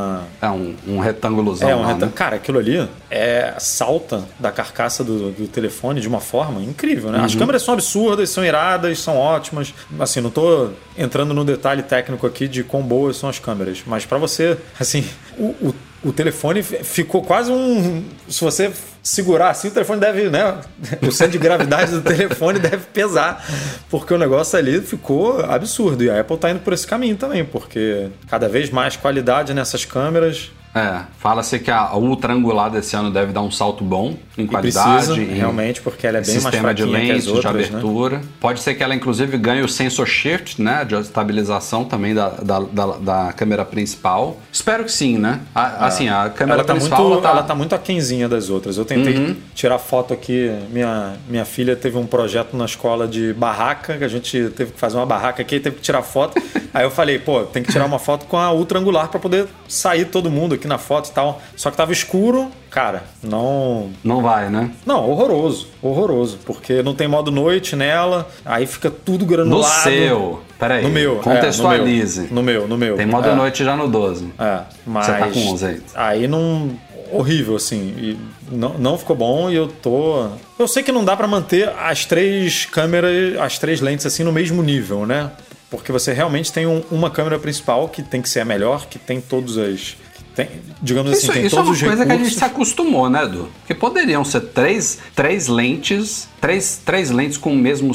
Speaker 3: um retângulozão. Né?
Speaker 4: Cara, aquilo ali salta da carcaça do telefone de uma forma incrível, né? As câmeras são absurdas, são iradas, são ótimas. Assim, não tô entrando no detalhe técnico aqui de quão boas são as câmeras, mas para você, assim, o telefone ficou quase se você segurar assim, o telefone deve, né? O centro de gravidade do telefone deve pesar, porque o negócio ali ficou absurdo. E a Apple tá indo por esse caminho também, porque cada vez mais qualidade nessas câmeras.
Speaker 3: Fala-se que a ultra angular desse ano deve dar um salto bom em qualidade.
Speaker 4: Precisa, realmente, porque ela é bem mais fraquinha
Speaker 3: de lentes,
Speaker 4: que as outras,
Speaker 3: de abertura.
Speaker 4: Né?
Speaker 3: Pode ser que ela, inclusive, ganhe o sensor shift, né? De estabilização também da câmera principal. Espero que sim, né? Assim, a câmera principal...
Speaker 4: Ela tá muito aquenzinha das outras. Eu tentei tirar foto aqui. Minha filha teve um projeto na escola de barraca, que a gente teve que fazer uma barraca aqui e teve que tirar foto. Aí eu falei, tem que tirar uma foto com a ultra angular para poder sair todo mundo aqui na foto e tal. Só que tava escuro, cara, não
Speaker 3: vai, né?
Speaker 4: Não, horroroso, porque não tem modo noite nela, aí fica tudo granulado.
Speaker 3: No seu, peraí,
Speaker 4: no meu,
Speaker 3: contextualize.
Speaker 4: No meu.
Speaker 3: Tem modo noite já no 12.
Speaker 4: Mas
Speaker 3: você tá com 11 aí.
Speaker 4: Aí não... Horrível, assim, e não ficou bom. E eu sei que não dá pra manter as 3 câmeras, as 3 lentes assim no mesmo nível, né? Porque você realmente tem uma câmera principal que tem que ser a melhor, que tem todas as... digamos assim, tem todos os recursos. Isso é uma coisa
Speaker 3: que a gente se acostumou, né, Edu? Porque poderiam ser três lentes com o mesmo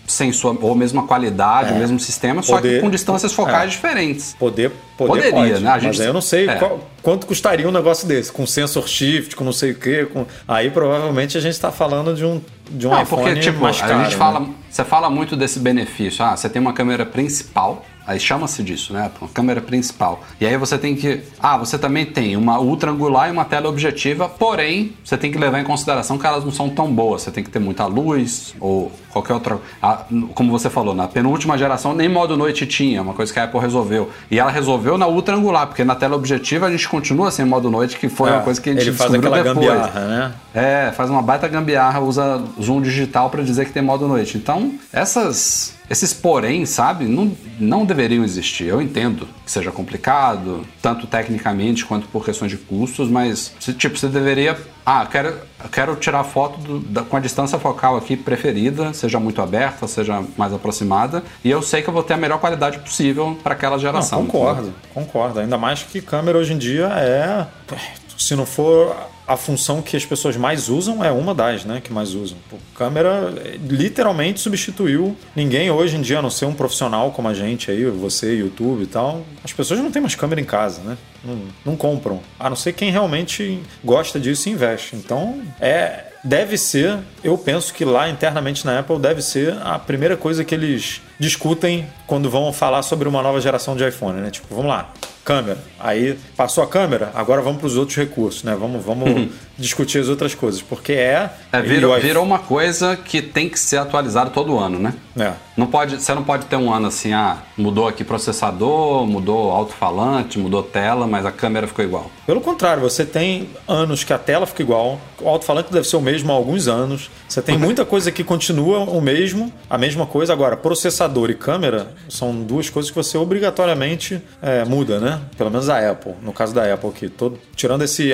Speaker 3: sensor, ou mesma qualidade, o mesmo sistema, só que com distâncias focais diferentes.
Speaker 4: Poderia,
Speaker 3: pode, né?
Speaker 4: Mas aí eu não sei quanto custaria um negócio desse, com sensor shift, com não sei o quê. Aí provavelmente a gente está falando de um iPhone
Speaker 3: porque, tipo,
Speaker 4: mais caro.
Speaker 3: A gente fala, você fala muito desse benefício. Você tem uma câmera principal, aí chama-se disso, né? Uma câmera principal. E aí você tem que... você também tem uma ultra angular e uma teleobjetiva, porém, você tem que levar em consideração que elas não são tão boas. Você tem que ter muita luz ou qualquer outra... como você falou, na penúltima geração nem modo noite tinha, uma coisa que a Apple resolveu. E ela resolveu na ultra angular, porque na teleobjetiva a gente continua sem modo noite, que foi uma coisa que a gente descobriu depois. Ele faz aquela gambiarra, né? Faz uma baita gambiarra, usa zoom digital para dizer que tem modo noite. Então, esses porém, sabe, não deveriam existir. Eu entendo que seja complicado, tanto tecnicamente quanto por questões de custos, mas, você deveria... quero tirar foto com a distância focal aqui preferida, seja muito aberta, seja mais aproximada, e eu sei que eu vou ter a melhor qualidade possível para aquela geração.
Speaker 4: Concordo. Ainda mais que câmera hoje em dia se não for a função que as pessoas mais usam, é uma das, né, que mais usam. Câmera literalmente substituiu. Ninguém hoje em dia, a não ser um profissional como a gente aí, você, YouTube e tal, as pessoas não têm mais câmera em casa, né? Não compram. A não ser quem realmente gosta disso e investe. Então, deve ser, eu penso que lá internamente na Apple deve ser a primeira coisa que eles discutem quando vão falar sobre uma nova geração de iPhone, né? Tipo, vamos lá, câmera. Aí passou a câmera, agora vamos para os outros recursos, né? Vamos discutir as outras coisas, porque
Speaker 3: virou uma coisa que tem que ser atualizada todo ano, né? Você não pode ter um ano assim, mudou aqui processador, mudou alto-falante, mudou tela, mas a câmera ficou igual.
Speaker 4: Pelo contrário, você tem anos que a tela fica igual, o alto-falante deve ser o mesmo há alguns anos, você tem muita coisa que continua a mesma coisa. Agora, processador e câmera são duas coisas que você obrigatoriamente muda, né? Pelo menos a Apple, no caso da Apple aqui. Tirando esse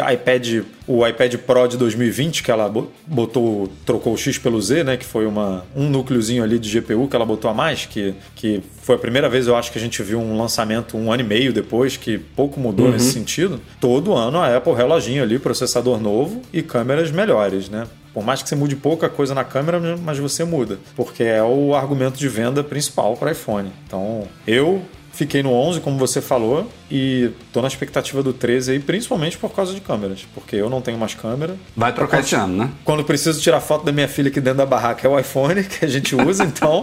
Speaker 4: o iPad Pro de 2020, que ela trocou o X pelo Z, né? Que foi um núcleozinho ali de GPU que ela botou a mais, que foi a primeira vez, eu acho, que a gente viu um lançamento 1 ano e meio depois, que pouco mudou nesse sentido. Todo ano a Apple reloginho ali, processador novo e câmeras melhores, né? Por mais que você mude pouca coisa na câmera, mas você muda, porque é o argumento de venda principal para iPhone. Então, eu fiquei no 11, como você falou, e tô na expectativa do 13 aí, principalmente por causa de câmeras, porque eu não tenho mais câmera.
Speaker 3: Vai trocar esse ano, né?
Speaker 4: Quando preciso tirar foto da minha filha aqui dentro da barraca, é o iPhone que a gente usa, então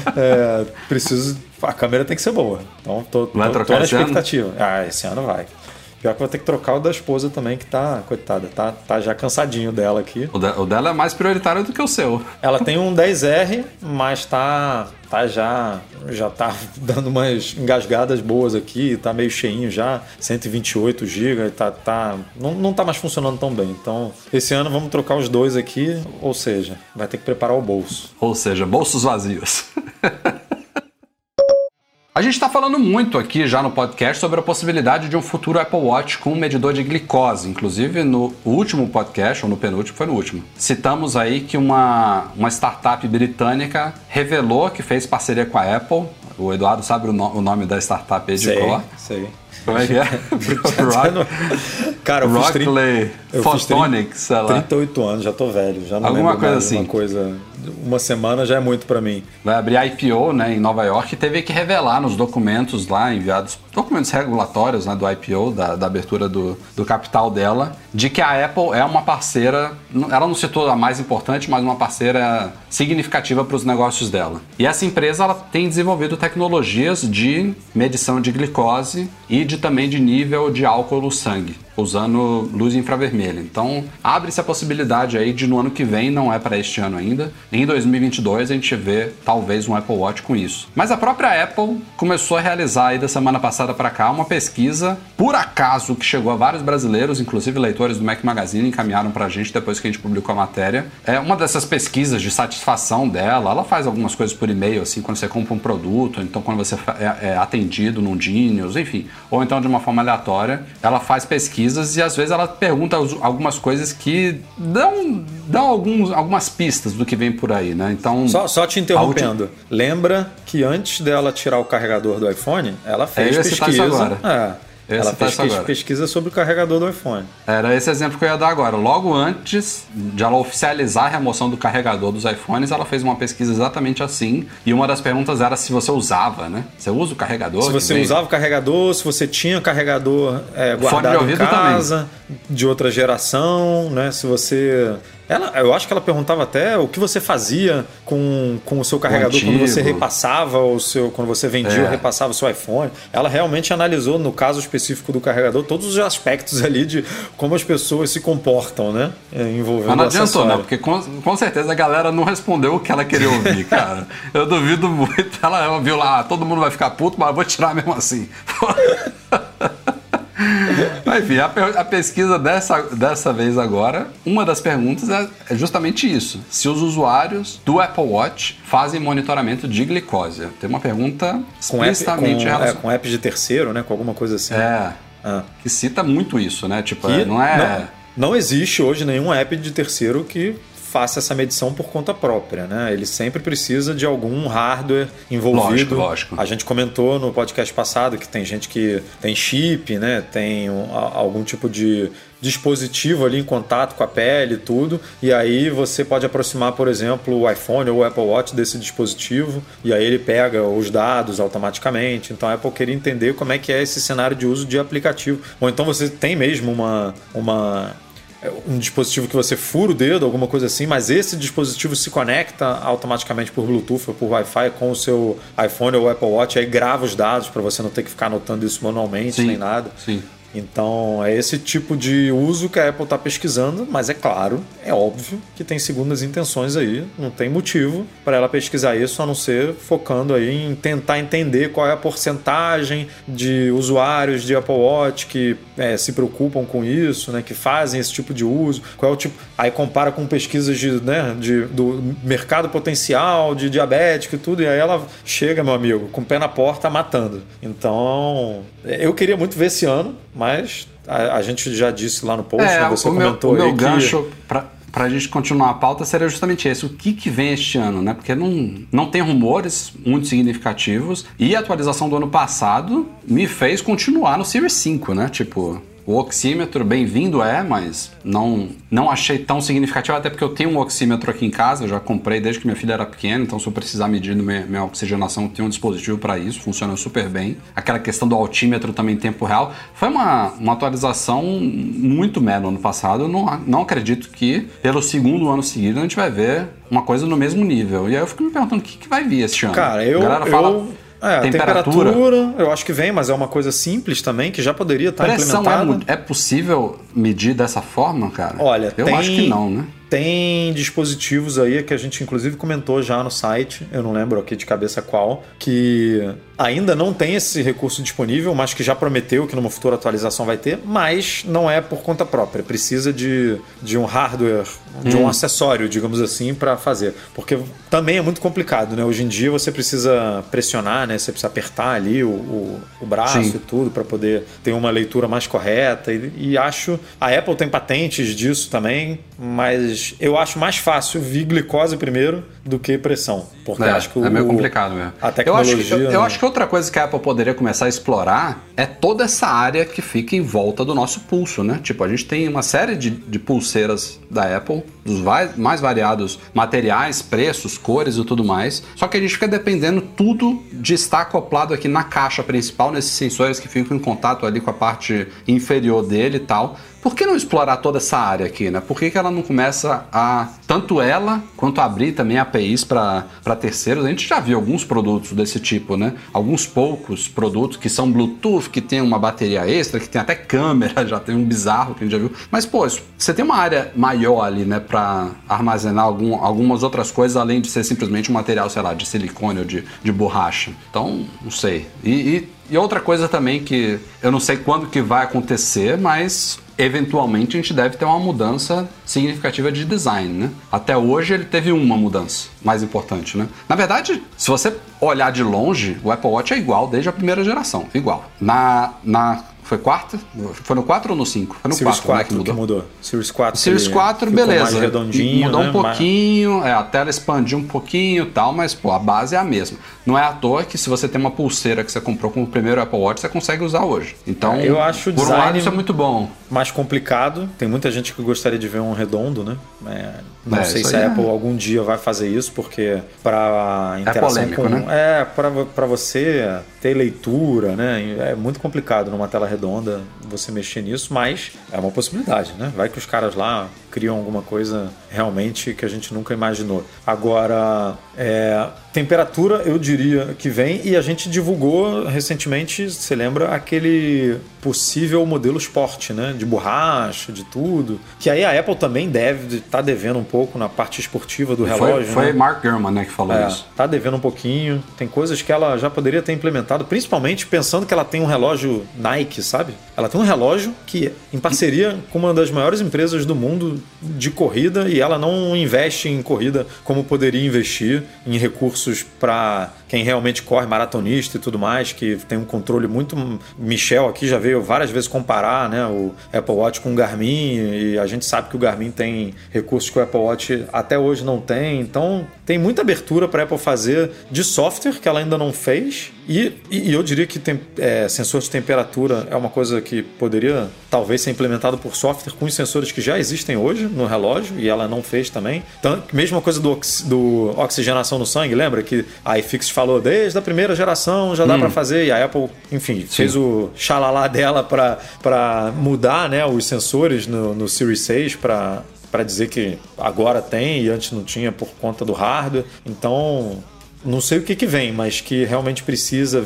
Speaker 4: a câmera tem que ser boa. Então tô na expectativa. Esse ano vai. Pior que vou ter que trocar o da esposa também, que tá, coitada, tá já cansadinho dela aqui.
Speaker 3: O dela é mais prioritário do que o seu.
Speaker 4: Ela tem um 10R, mas já tá dando umas engasgadas boas aqui, tá meio cheinho já, 128 GB, não tá mais funcionando tão bem. Então, esse ano vamos trocar os dois aqui, ou seja, vai ter que preparar o bolso.
Speaker 3: Ou seja, bolsos vazios. A gente está falando muito aqui já no podcast sobre a possibilidade de um futuro Apple Watch com um medidor de glicose. Inclusive, no último podcast, ou no penúltimo, foi no último, citamos aí que uma startup britânica revelou que fez parceria com a Apple. O Eduardo sabe o nome da startup aí de cor?
Speaker 4: Sei.
Speaker 3: Como é que é?
Speaker 4: Cara,
Speaker 3: Rockley Photonics, sei lá.
Speaker 4: 38 anos, já tô velho, já não
Speaker 3: alguma
Speaker 4: lembro
Speaker 3: coisa
Speaker 4: mais
Speaker 3: assim.
Speaker 4: Uma coisa... Uma semana já é muito pra mim.
Speaker 3: Vai abrir IPO, né, em Nova York, e teve que revelar nos documentos lá enviados, documentos regulatórios, né, do IPO, da abertura do capital dela, de que a Apple é uma parceira, ela não citou a mais importante, mas uma parceira significativa para os negócios dela. E essa empresa, ela tem desenvolvido tecnologias de medição de glicose e também de nível de álcool no sangue, usando luz infravermelha. Então, abre-se a possibilidade aí de no ano que vem, não é para este ano ainda, em 2022 a gente vê talvez um Apple Watch com isso. Mas a própria Apple começou a realizar aí da semana passada para cá uma pesquisa, por acaso, que chegou a vários brasileiros, inclusive leitores do Mac Magazine, encaminharam pra gente depois que a gente publicou a matéria. É uma dessas pesquisas de satisfação dela, ela faz algumas coisas por e-mail, assim, quando você compra um produto, então quando você é atendido num Genius, enfim, ou então de uma forma aleatória, ela faz pesquisas e às vezes ela pergunta algumas coisas que dão algumas pistas do que vem por aí, né? Então,
Speaker 4: só te interrompendo, lembra que antes dela tirar o carregador do iPhone, ela fez pesquisa. Ela pesquisa sobre o carregador do iPhone.
Speaker 3: Era esse exemplo que eu ia dar agora. Logo antes de ela oficializar a remoção do carregador dos iPhones, ela fez uma pesquisa exatamente assim. E uma das perguntas era se você usava, né? Você usa o carregador?
Speaker 4: Se você usava o carregador, se você tinha carregador guardado em casa, também. De outra geração, né? Se você... eu acho que ela perguntava até o que você fazia com o seu carregador quando você repassava quando você vendia ou repassava o seu iPhone. Ela realmente analisou, no caso específico do carregador, todos os aspectos ali de como as pessoas se comportam, né? Envolvendo
Speaker 3: Mas não adiantou, não, porque com certeza a galera não respondeu o que ela queria ouvir, cara. Eu duvido muito. Ela viu lá, todo mundo vai ficar puto, mas eu vou tirar mesmo assim. Mas, enfim, a pesquisa dessa vez agora, uma das perguntas é justamente isso. Se os usuários do Apple Watch fazem monitoramento de glicose. Tem uma pergunta explicitamente relacionada.
Speaker 4: Com apps de terceiro, né? Com alguma coisa assim.
Speaker 3: Que cita muito isso, né? Tipo,
Speaker 4: não existe hoje nenhum app de terceiro que faça essa medição por conta própria, né? Ele sempre precisa de algum hardware envolvido.
Speaker 3: Lógico.
Speaker 4: A gente comentou no podcast passado que tem gente que tem chip, né? Tem algum tipo de dispositivo ali em contato com a pele e tudo, e aí você pode aproximar, por exemplo, o iPhone ou o Apple Watch desse dispositivo, e aí ele pega os dados automaticamente. Então a Apple queria entender como é que é esse cenário de uso de aplicativo. Ou então você tem mesmo um dispositivo que você fura o dedo, alguma coisa assim, mas esse dispositivo se conecta automaticamente por Bluetooth ou por Wi-Fi com o seu iPhone ou Apple Watch, aí grava os dados para você não ter que ficar anotando isso manualmente, nem nada.
Speaker 3: Sim.
Speaker 4: Então é esse tipo de uso que a Apple está pesquisando, mas é claro, é óbvio que tem segundas intenções aí, não tem motivo para ela pesquisar isso, a não ser focando aí em tentar entender qual é a porcentagem de usuários de Apple Watch que se preocupam com isso, né, que fazem esse tipo de uso, qual é o tipo, aí compara com pesquisas do mercado potencial de diabético e tudo, e aí ela chega, meu amigo, com o pé na porta matando. Então eu queria muito ver esse ano, mas a gente já disse lá no post, né? Você comentou
Speaker 3: o meu gancho pra gente continuar a pauta seria justamente esse. O que vem este ano, né? Porque não tem rumores muito significativos e a atualização do ano passado me fez continuar no Series 5, né? Tipo, o oxímetro, bem-vindo mas não achei tão significativo, até porque eu tenho um oxímetro aqui em casa, eu já comprei desde que minha filha era pequena, então se eu precisar medir minha oxigenação, eu tenho um dispositivo para isso, funciona super bem. Aquela questão do altímetro também em tempo real. Foi uma atualização muito no ano passado, eu não acredito que pelo segundo ano seguido a gente vai ver uma coisa no mesmo nível. E aí eu fico me perguntando o que vai vir esse ano.
Speaker 4: Cara, a galera fala... a temperatura eu acho que vem, mas é uma coisa simples também, que já poderia estar implementada.
Speaker 3: É possível medir dessa forma, cara?
Speaker 4: Olha,
Speaker 3: eu acho que não, né?
Speaker 4: Tem dispositivos aí que a gente inclusive comentou já no site, eu não lembro aqui de cabeça qual, que ainda não tem esse recurso disponível, mas que já prometeu que numa futura atualização vai ter, mas não é por conta própria, precisa de um hardware, de um acessório, digamos assim, para fazer. Porque também é muito complicado, né? Hoje em dia você precisa pressionar, né? Você precisa apertar ali o braço e tudo para poder ter uma leitura mais correta. E acho... A Apple tem patentes disso também, mas eu acho mais fácil vir glicose primeiro do que pressão. Porque acho que
Speaker 3: é meio complicado mesmo.
Speaker 4: A tecnologia...
Speaker 3: Eu acho que outra coisa que a Apple poderia começar a explorar é toda essa área que fica em volta do nosso pulso, né? Tipo, a gente tem uma série de pulseiras da Apple, dos mais variados materiais, preços, cores e tudo mais. Só que a gente fica dependendo tudo de estar acoplado aqui na caixa principal, nesses sensores que ficam em contato ali com a parte inferior dele e tal. Por que não explorar toda essa área aqui, né? Por que ela não começa tanto ela, quanto abrir também APIs para terceiros? A gente já viu alguns produtos desse tipo, né? Alguns poucos produtos que são Bluetooth, que tem uma bateria extra, que tem até câmera, já tem um bizarro que a gente já viu. Mas, pô, você tem uma área maior ali, né? Para armazenar algumas outras coisas, além de ser simplesmente um material, sei lá, de silicone ou de borracha. Então, não sei. E outra coisa também que eu não sei quando que vai acontecer, mas eventualmente a gente deve ter uma mudança significativa de design, né? Até hoje ele teve uma mudança mais importante, né? Na verdade, se você olhar de longe, o Apple Watch é igual desde a primeira geração, igual. Na Foi quarto? Foi no 4 ou no 5? Foi no
Speaker 4: Series
Speaker 3: 4, né,
Speaker 4: que mudou. Series 4,
Speaker 3: Series 4, beleza.
Speaker 4: Mais redondinho,
Speaker 3: mudou
Speaker 4: né?
Speaker 3: um pouquinho, a tela expandiu um pouquinho e tal, mas pô, a base é a mesma. Não é à toa que se você tem uma pulseira que você comprou com o primeiro Apple Watch, você consegue usar hoje. Então,
Speaker 4: eu acho o
Speaker 3: por um
Speaker 4: design
Speaker 3: lado, isso é muito bom.
Speaker 4: Mais complicado. Tem muita gente que gostaria de ver um redondo, né? Não sei se a Apple algum dia vai fazer isso, porque para interação
Speaker 3: polêmico,
Speaker 4: com...
Speaker 3: né?
Speaker 4: Para você ter leitura, né? É muito complicado numa tela redonda você mexer nisso, mas é uma possibilidade, né? Vai que os caras lá criam alguma coisa realmente que a gente nunca imaginou. Agora, temperatura eu diria que vem, e a gente divulgou recentemente, você lembra, aquele possível modelo Sport, né? De borracha, de tudo. Que aí a Apple também deve estar devendo um pouco na parte esportiva do relógio.
Speaker 3: Foi
Speaker 4: né?
Speaker 3: Mark Gurman, né, que falou isso.
Speaker 4: Tá devendo um pouquinho. Tem coisas que ela já poderia ter implementado, principalmente pensando que ela tem um relógio Nike, sabe? Ela tem um relógio que, em parceria com uma das maiores empresas do mundo de corrida, e ela não investe em corrida como poderia investir em recursos para quem realmente corre, maratonista e tudo mais, que tem um controle muito... Michel aqui já veio várias vezes comparar, né, o Apple Watch com o Garmin, e a gente sabe que o Garmin tem recursos que o Apple Watch até hoje não tem. Então tem muita abertura para a Apple fazer de software que ela ainda não fez, e eu diria que sensor de temperatura é uma coisa que poderia talvez ser implementado por software com os sensores que já existem hoje no relógio, e ela não fez também. Então, mesma coisa do oxigenação no sangue, lembra que a iFixit falou desde a primeira geração já dá para fazer, e a Apple, enfim, fez o xalalá dela para mudar, né, os sensores no Series 6 para dizer que agora tem e antes não tinha por conta do hardware. Então, não sei o que vem, mas que realmente precisa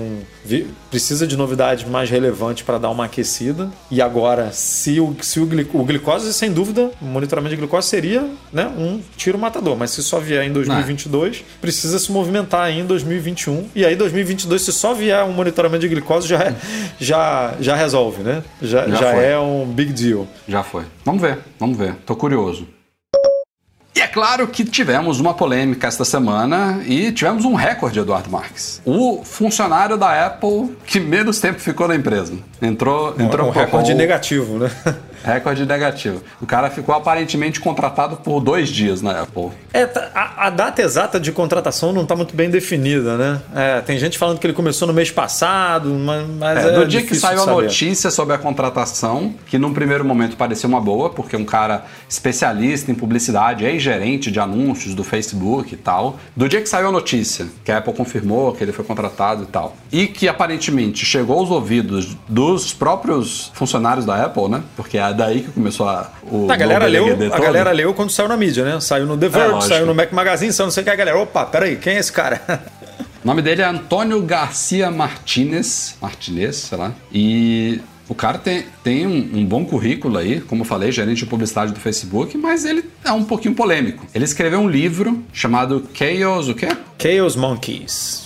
Speaker 4: precisa de novidades mais relevantes para dar uma aquecida. E agora, se o glicose, sem dúvida, o monitoramento de glicose seria, né, um tiro matador. Mas se só vier em 2022, precisa se movimentar aí em 2021. E aí, 2022, se só vier um monitoramento de glicose, já resolve, né? Já é um big deal.
Speaker 3: Já foi. Vamos ver. Tô curioso. E é claro que tivemos uma polêmica esta semana e tivemos um recorde, Eduardo Marques. O funcionário da Apple que menos tempo ficou na empresa. Entrou
Speaker 4: um recorde negativo, né?
Speaker 3: Recorde negativo. O cara ficou aparentemente contratado por 2 dias na Apple.
Speaker 4: A data exata de contratação não está muito bem definida, né? Tem gente falando que ele começou no mês passado, mas
Speaker 3: no dia que saiu a notícia sobre a contratação, que num primeiro momento pareceu uma boa, porque um cara especialista em publicidade, ex-gerente de anúncios do Facebook e tal, do dia que saiu a notícia, que a Apple confirmou que ele foi contratado e tal, e que aparentemente chegou aos ouvidos dos próprios funcionários da Apple, né? Porque é daí que começou a
Speaker 4: galera leu quando saiu na mídia, né? Saiu no The Verge, saiu no Mac Magazine, saiu não sei o que, a galera, opa, peraí, quem é esse cara?
Speaker 3: O nome dele é Antônio Garcia Martinez, sei lá, e o cara tem um bom currículo aí, como eu falei, gerente de publicidade do Facebook, mas ele é um pouquinho polêmico. Ele escreveu um livro chamado Chaos, o quê?
Speaker 4: Chaos Monkeys.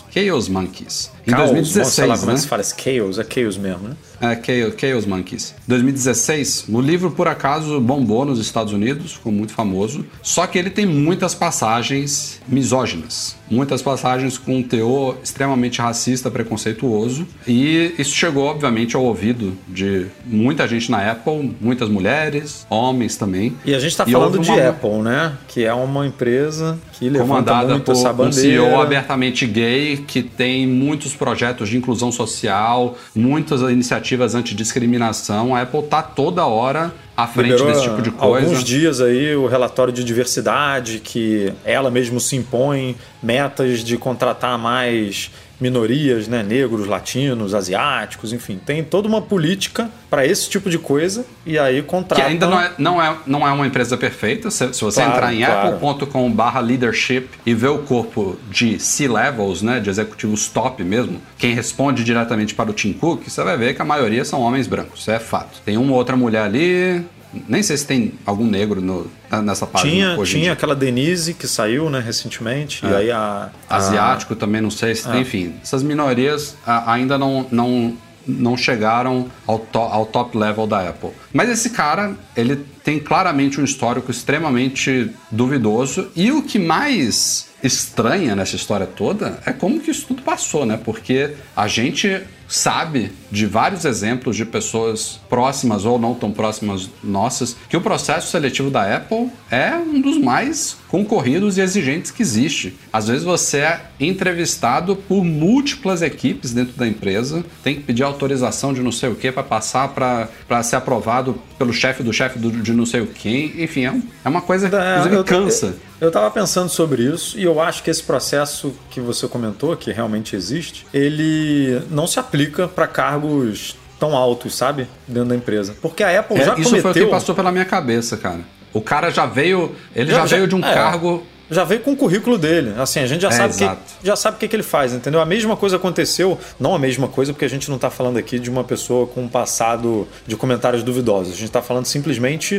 Speaker 3: Em 2016,
Speaker 4: sei lá como
Speaker 3: né?
Speaker 4: se fala esse Chaos, é Chaos mesmo, né?
Speaker 3: Chaos Monkeys. 2016, o livro, por acaso, bombou nos Estados Unidos, ficou muito famoso, só que ele tem muitas passagens misóginas, muitas passagens com um teor extremamente racista, preconceituoso, e isso chegou, obviamente, ao ouvido de muita gente na Apple, muitas mulheres, homens também.
Speaker 4: E a gente está falando de Apple, né? Que é uma empresa que levanta muito essa bandeira.
Speaker 3: Um CEO abertamente gay, que tem muitos projetos de inclusão social, muitas iniciativas antidiscriminação. A Apple está toda hora à frente desse tipo de coisa.
Speaker 4: Alguns dias aí o relatório de diversidade, que ela mesmo se impõe metas de contratar mais minorias, né, negros, latinos, asiáticos, enfim, tem toda uma política para esse tipo de coisa, e aí contrata...
Speaker 3: Que ainda não é uma empresa perfeita. Se você entrar em apple.com/leadership e ver o corpo de C-levels, né, de executivos top mesmo, quem responde diretamente para o Tim Cook, você vai ver que a maioria são homens brancos, isso é fato. Tem uma ou outra mulher ali, nem sei se tem algum negro nessa página.
Speaker 4: Tinha aquela Denise que saiu, né, recentemente, e aí
Speaker 3: asiático também, não sei se tem, enfim. Essas minorias ainda não chegaram ao top level da Apple. Mas esse cara, ele tem claramente um histórico extremamente duvidoso, e o que mais estranha nessa história toda é como que isso tudo passou, né? Porque a gente sabe de vários exemplos de pessoas próximas ou não tão próximas nossas que o processo seletivo da Apple é um dos mais concorridos e exigentes que existe. Às vezes você é entrevistado por múltiplas equipes dentro da empresa, tem que pedir autorização de não sei o que para passar para ser aprovado pelo chefe de não sei o quem. Enfim, é uma coisa que inclusive cansa.
Speaker 4: Eu estava pensando sobre isso e eu acho que esse processo que você comentou, que realmente existe, ele não se aplica para cargos tão altos, sabe? Dentro da empresa. Porque a Apple já
Speaker 3: isso
Speaker 4: cometeu...
Speaker 3: foi o que passou pela minha cabeça, cara. O cara já veio... Ele já veio de um cargo...
Speaker 4: Já veio com o currículo dele. Assim, a gente já sabe o que ele faz, entendeu? A mesma coisa aconteceu, não a mesma coisa, porque a gente não está falando aqui de uma pessoa com um passado de comentários duvidosos. A gente está falando simplesmente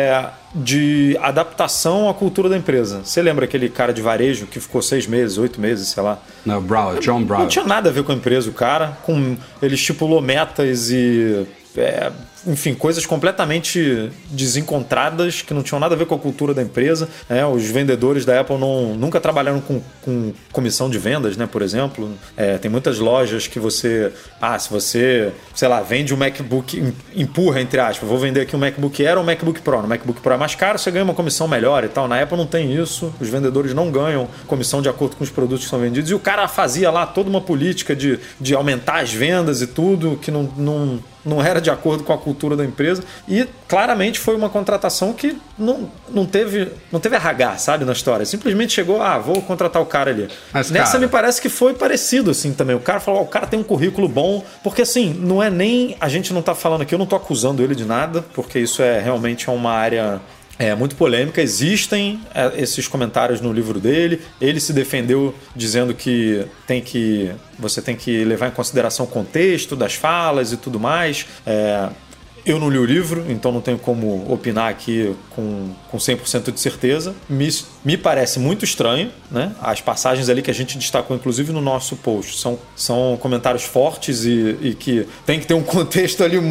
Speaker 4: de adaptação à cultura da empresa. Você lembra aquele cara de varejo que ficou 6 meses, 8 meses, sei lá?
Speaker 3: Não, John Brown.
Speaker 4: Não tinha nada a ver com a empresa, o cara. Ele estipulou metas e... enfim, coisas completamente desencontradas que não tinham nada a ver com a cultura da empresa. Os vendedores da Apple nunca trabalharam com comissão de vendas, né, por exemplo. Tem muitas lojas que você... se você, sei lá, vende um MacBook, empurra, entre aspas, vou vender aqui um MacBook Air ou um MacBook Pro. No MacBook Pro é mais caro, você ganha uma comissão melhor e tal. Na Apple não tem isso. Os vendedores não ganham comissão de acordo com os produtos que são vendidos. E o cara fazia lá toda uma política de aumentar as vendas e tudo, que não era de acordo com a cultura da empresa, e claramente foi uma contratação que não teve RH, sabe, na história. Simplesmente chegou, vou contratar o cara ali.
Speaker 3: Mas,
Speaker 4: nessa me parece que foi parecido assim também. O cara falou, o cara tem um currículo bom, porque assim, não é nem... A gente não tá falando aqui, eu não tô acusando ele de nada, porque isso realmente é uma área... muito polêmica. Existem esses comentários no livro dele. Ele se defendeu dizendo que você tem que levar em consideração o contexto das falas e tudo mais. Eu não li o livro, então não tenho como opinar aqui com 100% de certeza. Me parece muito estranho, né? As passagens ali que a gente destacou, inclusive no nosso post, são comentários fortes e que tem que ter um contexto ali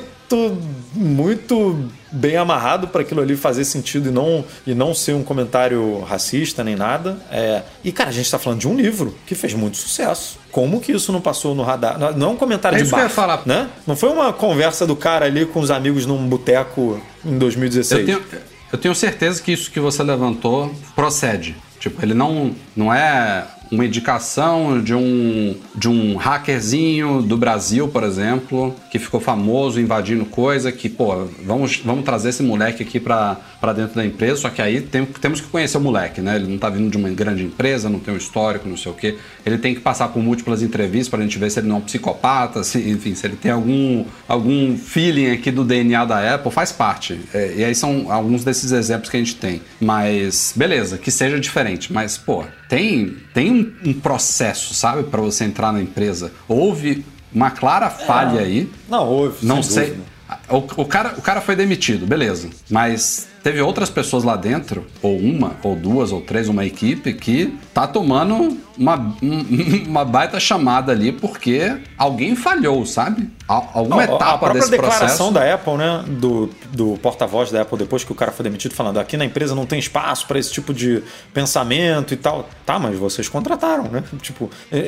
Speaker 4: muito bem amarrado para aquilo ali fazer sentido e não ser um comentário racista nem nada. E, cara, a gente está falando de um livro que fez muito sucesso. Como que isso não passou no radar? Não é um comentário de bar,
Speaker 3: que eu ia falar.
Speaker 4: Né? Não foi uma conversa do cara ali com os amigos num boteco em 2016.
Speaker 3: Eu tenho certeza que isso que você levantou procede. Tipo, ele não é uma indicação de um hackerzinho do Brasil, por exemplo, que ficou famoso invadindo coisa, que, vamos trazer esse moleque aqui pra dentro da empresa, só que aí temos que conhecer o moleque, né? Ele não tá vindo de uma grande empresa, não tem um histórico, não sei o quê. Ele tem que passar por múltiplas entrevistas pra gente ver se ele não é um psicopata, enfim, se ele tem algum feeling aqui do DNA da Apple, faz parte. E aí são alguns desses exemplos que a gente tem. Mas, beleza, que seja diferente, mas, tem um processo, sabe, para você entrar na empresa. Houve uma clara falha aí.
Speaker 4: Não houve.
Speaker 3: Não sei. O cara foi demitido, beleza. Mas teve outras pessoas lá dentro, ou uma, ou duas, ou três, uma equipe que tá tomando uma baita chamada ali porque alguém falhou, sabe? Alguma etapa desse processo. A própria declaração
Speaker 4: da Apple, né, do porta-voz da Apple depois que o cara foi demitido, falando aqui na empresa não tem espaço para esse tipo de pensamento e tal. Tá, mas vocês contrataram, né? Tipo,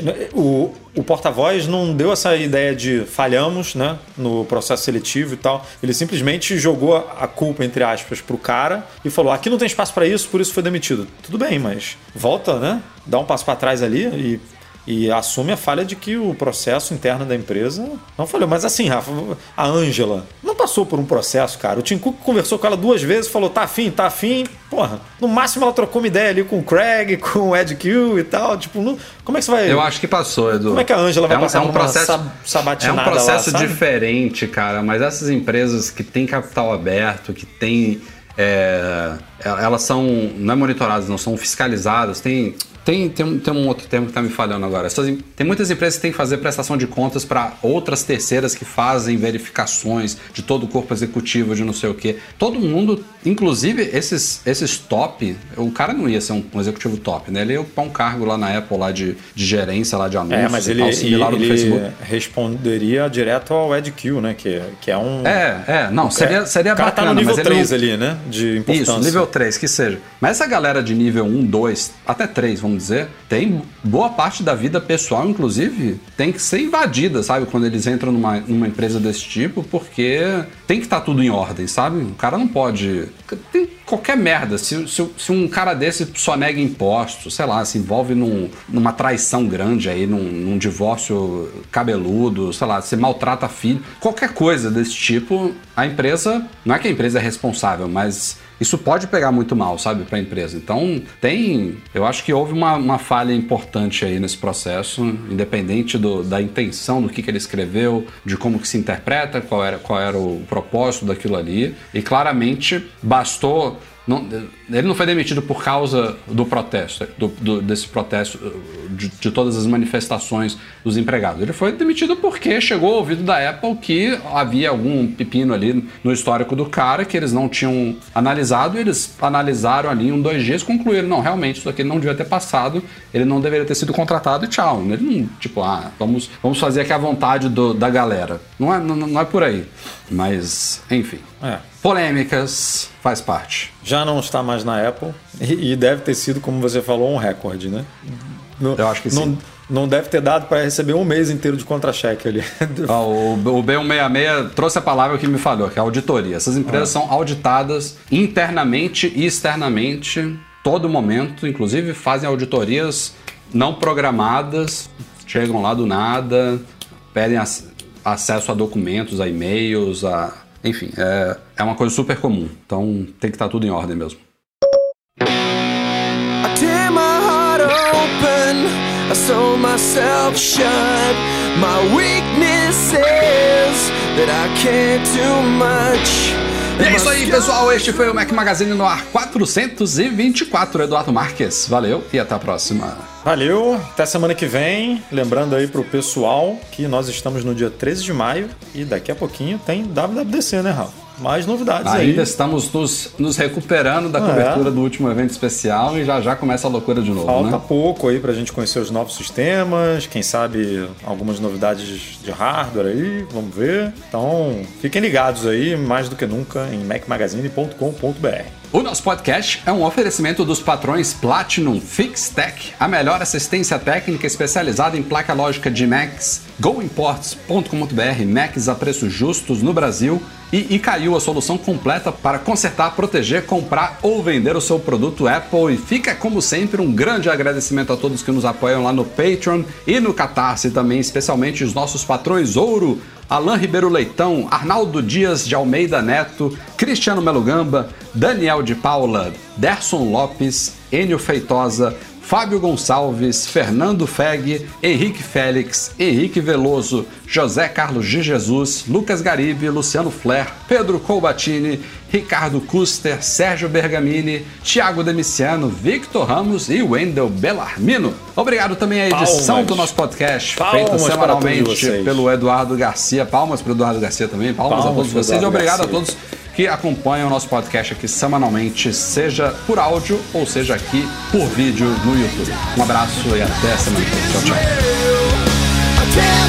Speaker 4: o porta-voz não deu essa ideia de falhamos, né, no processo seletivo e tal. Ele simplesmente jogou a culpa, entre aspas, pro cara e falou, aqui não tem espaço para isso, por isso foi demitido. Tudo bem, mas volta, né? Dá um passo para trás ali e assume a falha de que o processo interno da empresa não falhou. Mas assim, Rafa, a Ângela não passou por um processo, cara. O Tim Cook conversou com ela 2 vezes, falou, tá afim. Porra, no máximo ela trocou uma ideia ali com o Craig, com o Ed Q e tal. Tipo, como é que você vai...
Speaker 3: Eu acho que passou, Edu.
Speaker 4: Como é que a Ângela vai passar
Speaker 3: um processo,
Speaker 4: sabatinada lá,
Speaker 3: É um processo
Speaker 4: sabe?
Speaker 3: diferente, cara. Mas essas empresas que têm capital aberto, que têm... elas são, não é monitoradas, não são fiscalizadas, tem um outro termo que está me falhando agora. Tem muitas empresas que têm que fazer prestação de contas para outras terceiras que fazem verificações de todo o corpo executivo, de não sei o quê. Todo mundo, inclusive esses top, o cara não ia ser um executivo top, né? Ele ia ocupar um cargo lá na Apple, lá de gerência, lá de anúncios,
Speaker 4: mas
Speaker 3: e tal, similar ao do Facebook.
Speaker 4: Responderia direto ao Ed Q, né? Que é um...
Speaker 3: Não, seria bacana. O cara tá
Speaker 4: no nível
Speaker 3: mas
Speaker 4: 3 ali, né? De importância.
Speaker 3: Isso, nível 3, que seja. Mas essa galera de nível 1, 2, até 3, vamos vamos dizer, tem boa parte da vida pessoal, inclusive, tem que ser invadida, sabe? Quando eles entram numa empresa desse tipo, porque tem que estar tudo em ordem, sabe? O cara não pode... Tem qualquer merda. Se um cara desse só nega impostos, sei lá, se envolve numa traição grande aí, num divórcio cabeludo, sei lá, se maltrata filho, qualquer coisa desse tipo, a empresa... Não é que a empresa é responsável, mas... Isso pode pegar muito mal, sabe, para a empresa. Então, eu acho que houve uma falha importante aí nesse processo, independente da intenção do que ele escreveu, de como que se interpreta, qual era o propósito daquilo ali. E claramente bastou... ele não foi demitido por causa do protesto, desse protesto, de todas as manifestações dos empregados. Ele foi demitido porque chegou ao ouvido da Apple que havia algum pepino ali no histórico do cara que eles não tinham analisado, e eles analisaram ali em 2 dias e concluíram, não, realmente, isso aqui não devia ter passado, ele não deveria ter sido contratado e tchau. Ele não, tipo, vamos fazer aqui a vontade da galera. Não é por aí. Mas, enfim. Polêmicas, faz parte.
Speaker 4: Já não está mais na Apple e deve ter sido, como você falou, um recorde, né?
Speaker 3: Eu acho que sim.
Speaker 4: Não deve ter dado para receber um mês inteiro de contra-cheque ali.
Speaker 3: O B166 trouxe a palavra que me falou, que é auditoria. Essas empresas são auditadas internamente e externamente, todo momento. Inclusive fazem auditorias não programadas, chegam lá do nada, pedem acesso a documentos, a e-mails, enfim, é uma coisa super comum. Então tem que estar tudo em ordem mesmo.
Speaker 2: I tear my heart open, I sew myself shut. My weakness is that I can't do much.
Speaker 3: E é isso aí, pessoal. Este foi o Mac Magazine no ar 424. Eduardo Marques, valeu e até a próxima.
Speaker 4: Valeu, até semana que vem. Lembrando aí pro pessoal que nós estamos no dia 13 de maio e daqui a pouquinho tem WWDC, né, Rafa? Mais novidades aí.
Speaker 3: Ainda estamos nos recuperando da cobertura do último evento especial e já começa a loucura de novo.
Speaker 4: Falta pouco aí pra gente conhecer os novos sistemas, quem sabe algumas novidades de hardware aí, vamos ver. Então, fiquem ligados aí, mais do que nunca, em macmagazine.com.br.
Speaker 3: O nosso podcast é um oferecimento dos patrões Platinum FixTech, a melhor assistência técnica especializada em placa lógica de Macs, goimports.com.br, Macs a preços justos no Brasil, e Icaiu, a solução completa para consertar, proteger, comprar ou vender o seu produto Apple. E fica, como sempre, um grande agradecimento a todos que nos apoiam lá no Patreon e no Catarse também, especialmente os nossos patrões Ouro, Alain Ribeiro Leitão, Arnaldo Dias de Almeida Neto, Cristiano Melo Gamba, Daniel de Paula, Derson Lopes, Enio Feitosa, Fábio Gonçalves, Fernando Feg, Henrique Félix, Henrique Veloso, José Carlos de Jesus, Lucas Garibe, Luciano Flair, Pedro Colbatini, Ricardo Custer, Sérgio Bergamini, Thiago Demiciano, Victor Ramos e Wendel Bellarmino. Obrigado também à edição do nosso podcast, feita semanalmente pelo Eduardo Garcia. Palmas para o Eduardo Garcia também, palmas a todos vocês e obrigado a todos que acompanham o nosso podcast aqui semanalmente, seja por áudio ou seja aqui por vídeo no YouTube. Um abraço e até semana que vem. Tchau, tchau.